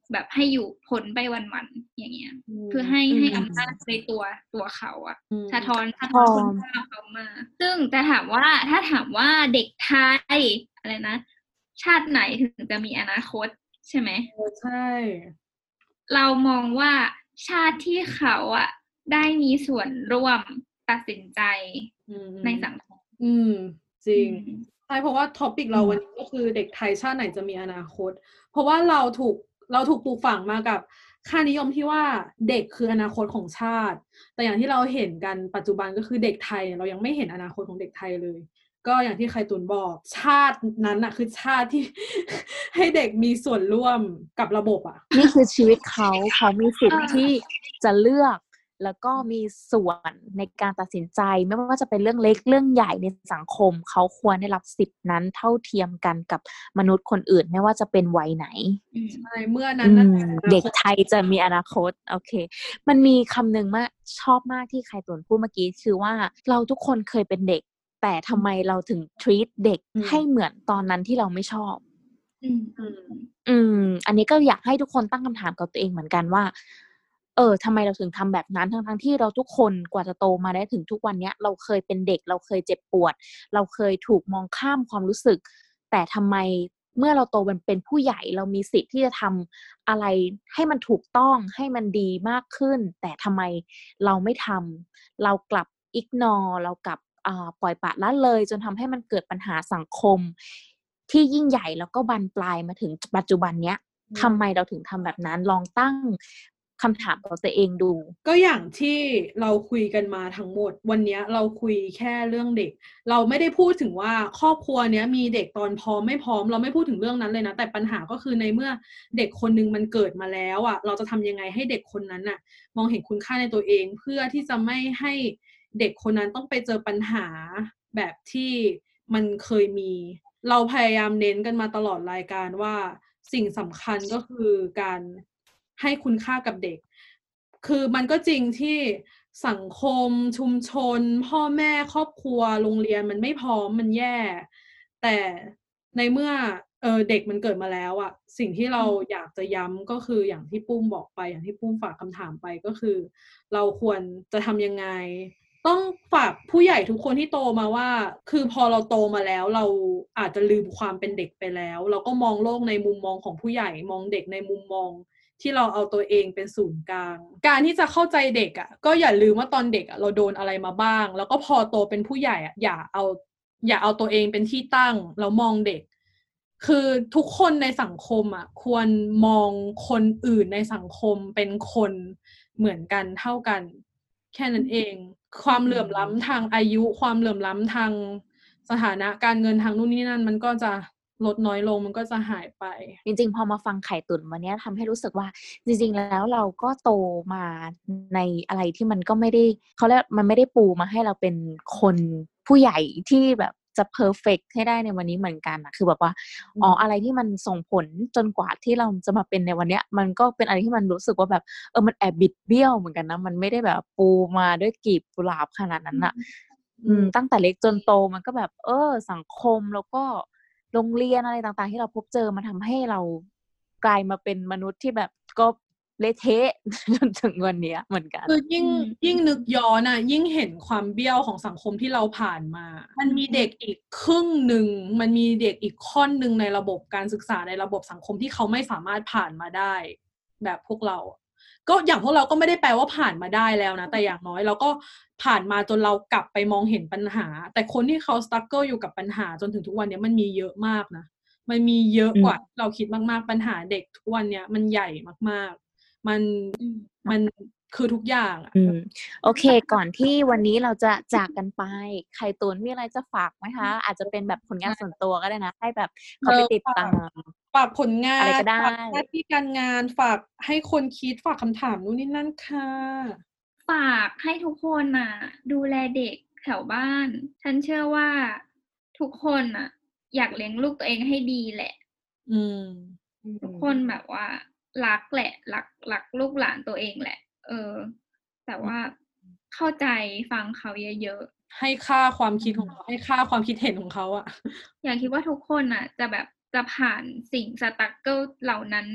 แบบให้อยู่พ้นไปวันๆอย่างเงี้ยอืมคือให้อืให้มอำนาจในตัวตัวเขาอะอืมสะท้อน สะพท้อนอคุณค่าเขามา ซึ่งจะถามว่า ถ้าถามว่าเด็กไทย อะไรนะ ชาติไหนถึงจะมีอนาคต ใช่ไหม? เออ ใช่เรามองว่าชาติที่เขาอะได้มีส่วนร่วมตัดสินใจอืมในสังคมอืม จริอืงมใช่ เพราะว่า topic อืเราวันมนี้ก็คือเด็กไทยชาติไหนจะมีอนาคต เพราะว่าเราถูก เราถูกปลูกฝังมากับค่านิยมที่ว่าเด็กคืออนาคตของชาติ แต่อย่างที่เราเห็นกันปัจจุบัน ก็คือเด็กไทยเนี่ยเรายังไม่เห็นอนาคตของเด็กไทยเลย ก็อย่างที่ไข่ตุ๋นบอก ชาตินั้นน่ะคือชาติที่ ให้เด็กมีส่วนร่วมกับระบบอะนี่คือชีวิตเขา เขามีสิทเอธิ์ที่จะเลือก แล้วก็มีส่วนในการตัดสินใจ ไม่ว่าจะเป็นเรื่องเล็กเรื่องใหญ่ในสังคม เขาควรได้รับสิทธินั้นเท่าเทียมกันกับมนุษย์คนอื่น ไม่ว่าจะเป็นวัยไหนอืมใช่ เมื่อนั้อืนน่ะมอนาเด็กคตไทยจะมีอนาคต โอเค มันมีคำหนึ่งมาก ชอบมากที่ไข่ตุ๋นพูดเมื่อกี้ คือว่าเราทุกคนเคยเป็นเด็ก แต่ทำไมเราถึง treat เด็กอืมให้เหมือนตอนนั้นที่เราไม่ชอบอืมอืมอืม อันนี้ก็อยากให้ทุกคนตั้งคำถามกับตัวเองเหมือนกันว่า เออ ทำไมเราถึงทำแบบนั้น ทั้ง ๆ ที่เราทุกคนกว่าจะโตมาได้ถึงทุกวันเนี้ย เราเคยเป็นเด็ก เราเคยเจ็บปวด เราเคยถูกมองข้ามความรู้สึก แต่ทำไมเมื่อเราโตเป็น เป็นผู้ใหญ่ เรามีสิทธิ์ที่จะทำอะไรให้มันถูกต้อง ให้มันดีมากขึ้น แต่ทำไมเราไม่ทำ เรากลับ ignore เรากลับ อ่า ปล่อยปละละเลย จนทำให้มันเกิดปัญหาสังคมที่ยิ่งใหญ่ แล้วก็บานปลายมาถึง จ ปัจจุบันเนี้ยอืมทำไมเราถึงทำแบบนั้น ลองตั้งคำถามกับตัวเองดูก็อย่างที่เราคุยกันมาทั้งหมด วันเนี้ยเราคุยแค่เรื่องเด็ก เราไม่ได้พูดถึงว่าครอบครัวเนี้ยมีเด็กตอนพร้อมไม่พร้อม เราไม่พูดถึงเรื่องนั้นเลยนะ แต่ปัญหาก็คือในเมื่อเด็กคนหนึ่งมันเกิดมาแล้วอะ เราจะทำยังไงให้เด็กคนนั้นน่ะมองเห็นคุณค่าในตัวเอง เพื่อที่จะไม่ให้เด็กคนนั้นต้องไปเจอปัญหาแบบที่มันเคยมี เราพยายามเน้นกันมาตลอดรายการว่า สิ่งสำคัญก็คือการให้คุณค่ากับเด็ก คือมันก็จริงที่สังคม ชุมชน พ่อแม่ ครอบครัว โรงเรียนมันไม่พร้อม มันแย่ แต่ในเมื่อ เอ่อ เด็กมันเกิดมาแล้วอะ สิ่งที่เราอยากจะย้ำ ก็คืออย่างที่ปุ้มบอกไป อย่างที่ปุ้มฝากคำถามไป ก็คือเราควรจะทำยังไง ต้องฝากผู้ใหญ่ทุกคนที่โตมาว่า คือพอเราโตมาแล้ว เราอาจจะลืมความเป็นเด็กไปแล้ว เราก็มองโลกในมุมมองของผู้ใหญ่ มองเด็กในมุมมองที่เราเอาตัวเองเป็นศูนย์กลาง การที่จะเข้าใจเด็กอะ ก็อย่าลืมว่าตอนเด็กอะเราโดนอะไรมาบ้าง แล้วก็พอโตเป็นผู้ใหญ่อะ อย่าเอา อย่าเอาตัวเองเป็นที่ตั้ง แล้วมองเด็ก คือทุกคนในสังคมอะควรมองคนอื่นในสังคมเป็นคนเหมือนกัน เท่ากัน แค่นั้นเอง ความเหลื่อมล้ำทางอายุ ความเหลื่อมล้ำทางสถานะการเงิน ทางนู่นนี่นั่น มันก็จะลดน้อยลง มันก็จะหายไปจริง ๆ พอมาฟังไข่ตุ๋นวันเนี้ย ทำให้รู้สึกว่า จริง ๆ แล้วเราก็โตมาในอะไรที่มันก็ไม่ได้ เขาเรียก มันไม่ได้ปูมาให้เราเป็นคนผู้ใหญ่ที่แบบจะเพอร์เฟกต์ให้ได้ในวันนี้เหมือนกันน่ะ คือแบบว่าอือ๋อมอะไรที่มันส่งผลจนกว่าที่เราจะมาเป็นในวันเนี้ย มันก็เป็นอะไรที่มันรู้สึกว่าแบบ เออ มันแอบบิดเบี้ยวเหมือนกันนะ มันไม่ได้แบบปูมาด้วยกลีบกุหลาบขนาดนั้นน่ะอือืมมตั้งแต่เล็กจนโตมันก็แบบ เออ สังคม แล้วก็โรงเรียนอะไรต่าง ๆ ที่เราพบเจอ มันทำให้เรากลายมาเป็นมนุษย์ที่แบบก็เละเทะ จน ถึงวันเนี้ยเหมือนกันคือยิ่งอืมยิ่งนึกย้อนอะ ยิ่งเห็นความเบี้ยวของสังคมที่เราผ่านมา มันมีเด็กอีกครึ่งหนึ่ง มันมีเด็กอีกค่อนหนึ่งในระบบการศึกษา ในระบบสังคมที่เขาไม่สามารถผ่านมาได้แบบพวกเรา ก็อย่างพวกเราก็ไม่ได้แปลว่าผ่านมาได้แล้วนะ แต่อย่างน้อยเราก็ผ่านมาจนเรากลับไปมองเห็นปัญหา แต่คนที่เขา struggle อยู่กับปัญหาจนถึงทุกวันเนี้ย มันมีเยอะมากนะ มันมีเยอะอืมกว่าที่เราคิดมาก ๆ ปัญหาเด็กทุกวันเนี้ยมันใหญ่มาก ๆ มันอืมมันคือทุกอย่างอะอืม โอเค ก่อนที่วันนี้เราจะจากกันไป ไข่ตุ๋นมีอะไรจะฝากไหมคะ อาจจะเป็นแบบผลงานส่วนตัวก็ได้นะ ให้แบบเออเขาไปติดฝาตาก มฝากผลงาอะไรนก็ได้ฝากหน้าที่การงาน ฝากให้คนคิด ฝากคำถามนู่นนี่นั่นค่ะฝากให้ทุกคนน่ะดูแลเด็กแถวบ้าน ฉันเชื่อว่าทุกคนน่ะอยากเลี้ยงลูกตัวเองให้ดีแหละอืมอืทุกมคนแบบว่ารักแหละ รัก รักลูกหลานตัวเองแหละ เออ แต่ว่าเข้าใจ ฟังเขาเยอะ ๆให้ค่าความอืคิดของเขา ให้ค่าความคิดเห็นของเขาอะอย่าคิดว่าทุกคนน่ะจะแบบ จะผ่านสิ่ง struggle เหล่านั้น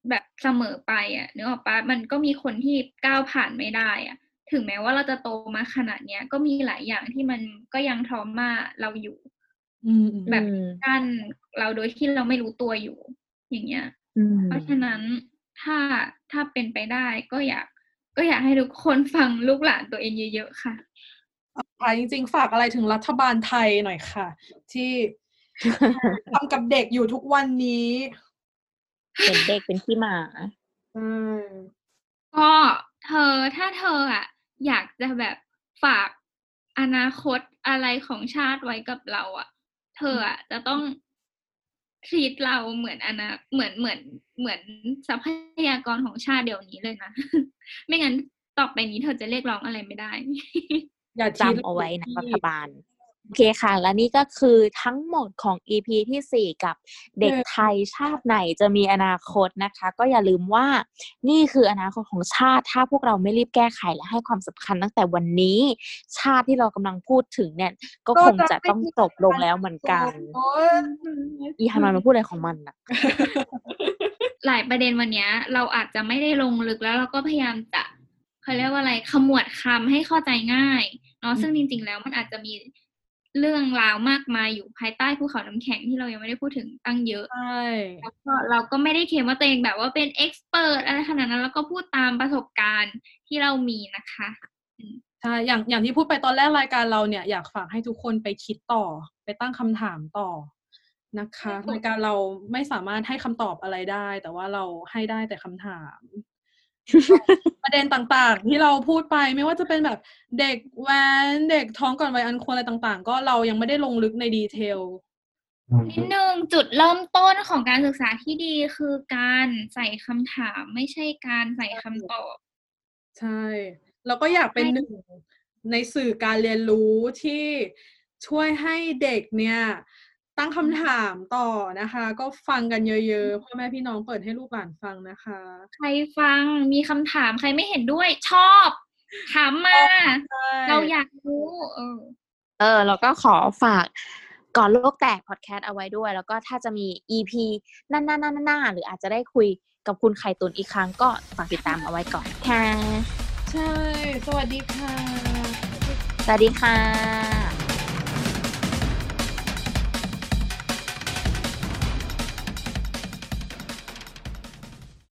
แบบเสมอไปอ่ะนึกออกปะมันก็มีคนที่ก้าวผ่านไม่ได้อ่ะถึงแม้ว่าเราจะโตมาขนาดเนี้ยก็มีหลายอย่างที่มันก็ยังทรมาเราอยู่อืมๆแบบกั้นเราโดยที่เราไม่รู้ตัวอยู่อย่างเงี้ยเพราะฉะนั้นถ้าถ้าเป็นไปได้ก็อยากก็อยากให้ทุกคนฟังลูกหลานตัวเองเยอะๆค่ะค่ะจริงๆฝากอะไรถึงรัฐบาลไทยหน่อยค่ะ ที่ทำกับเด็กอยู่ทุกวันนี้เห็นเด็กเป็นขี้หมาอืมก็เธอถ้าเธออ่ะอยากจะแบบฝากอนาคตอะไรของชาติไว้กับเราอ่ะเธออ่ะจะต้องทีตเราเหมือนอนาเหมือนเหมือนเหมือนทรัพยากรของชาติเดี๋ยวนี้เลยนะ ไม่งั้นต่อไปนี้เธอจะเรียกร้องอะไรไม่ได้อย่าจำเอาไว้นะรัฐบาลโอเคค่ะและนี่ก็คือทั้งหมดของ อี พี ที่สี่กับเด็กไทยชาติไหนจะมีอนาคตนะคะก็อย่าลืมว่านี่คืออนาคตของชาติถ้าพวกเราไม่รีบแก้ไขและให้ความสำคัญตั้งแต่วันนี้ชาติที่เรากำลังพูดถึงเนี่ยก็คงจะต้องจบลงแล้วเหมือนกันอีฮานอยมันพูดอะไรของมันนะหลายประเด็นวันนี้เราอาจจะไม่ได้ลงลึกแล้วเราก็พยายามจะเขาเรียกว่าอะไรขมวดคำให้เข้าใจง่ายเนาะซึ่งจริงๆแล้วมันอาจจะมีเรื่องราวมากมายอยู่ภายใต้ภูเขาน้ำแข็งที่เรายังไม่ได้พูดถึงตั้งเยอะใช่แล้วก็เราก็ไม่ได้เคลมว่าตัวเองแบบว่าเป็นเอ็กซ์เพิร์ทอะไรขนาดนั้นแล้วก็พูดตามประสบการณ์ที่เรามีนะคะใช่อย่างอย่างที่พูดไปตอนแรกรายการเราเนี่ยอยากฝากให้ทุกคนไปคิดต่อไปตั้งคำถามต่อนะคะรายการเราไม่สามารถให้คำตอบอะไรได้แต่ว่าเราให้ได้แต่คำถามประเด็นต่างๆที่เราพูดไปไม่ว่าจะเป็นแบบเด็กแว้นเด็กท้องก่อนวัยอันควรอะไรต่างๆก็เรายังไม่ได้ลงลึกในดีเทลนิดนึงจุดเริ่มต้นของการศึกษาที่ดีคือการใส่คำถามไม่ใช่การใส่คำตอบใช่แล้วก็อยากเป็นหนึ่งในสื่อการเรียนรู้ที่ช่วยให้เด็กเนี่ยตั้งคำถามต่อนะคะก็ฟังกันเยอะๆพ่อแม่พี่น้องเปิดให้ลูกหลานฟังนะคะใครฟังมีคำถามใครไม่เห็นด้วยชอบถามมาเราอยากรู้เออเออแล้วก็ขอฝากก่อนโลกแตกพอดแคสต์เอาไว้ด้วยแล้วก็ถ้าจะมี อี พี หน้าๆๆๆหรืออาจจะได้คุยกับคุณไข่ตุนอีกครั้งก็ฝากติดตามเอาไว้ก่อนค่ะใช่สวัสดีค่ะสวัสดีค่ะ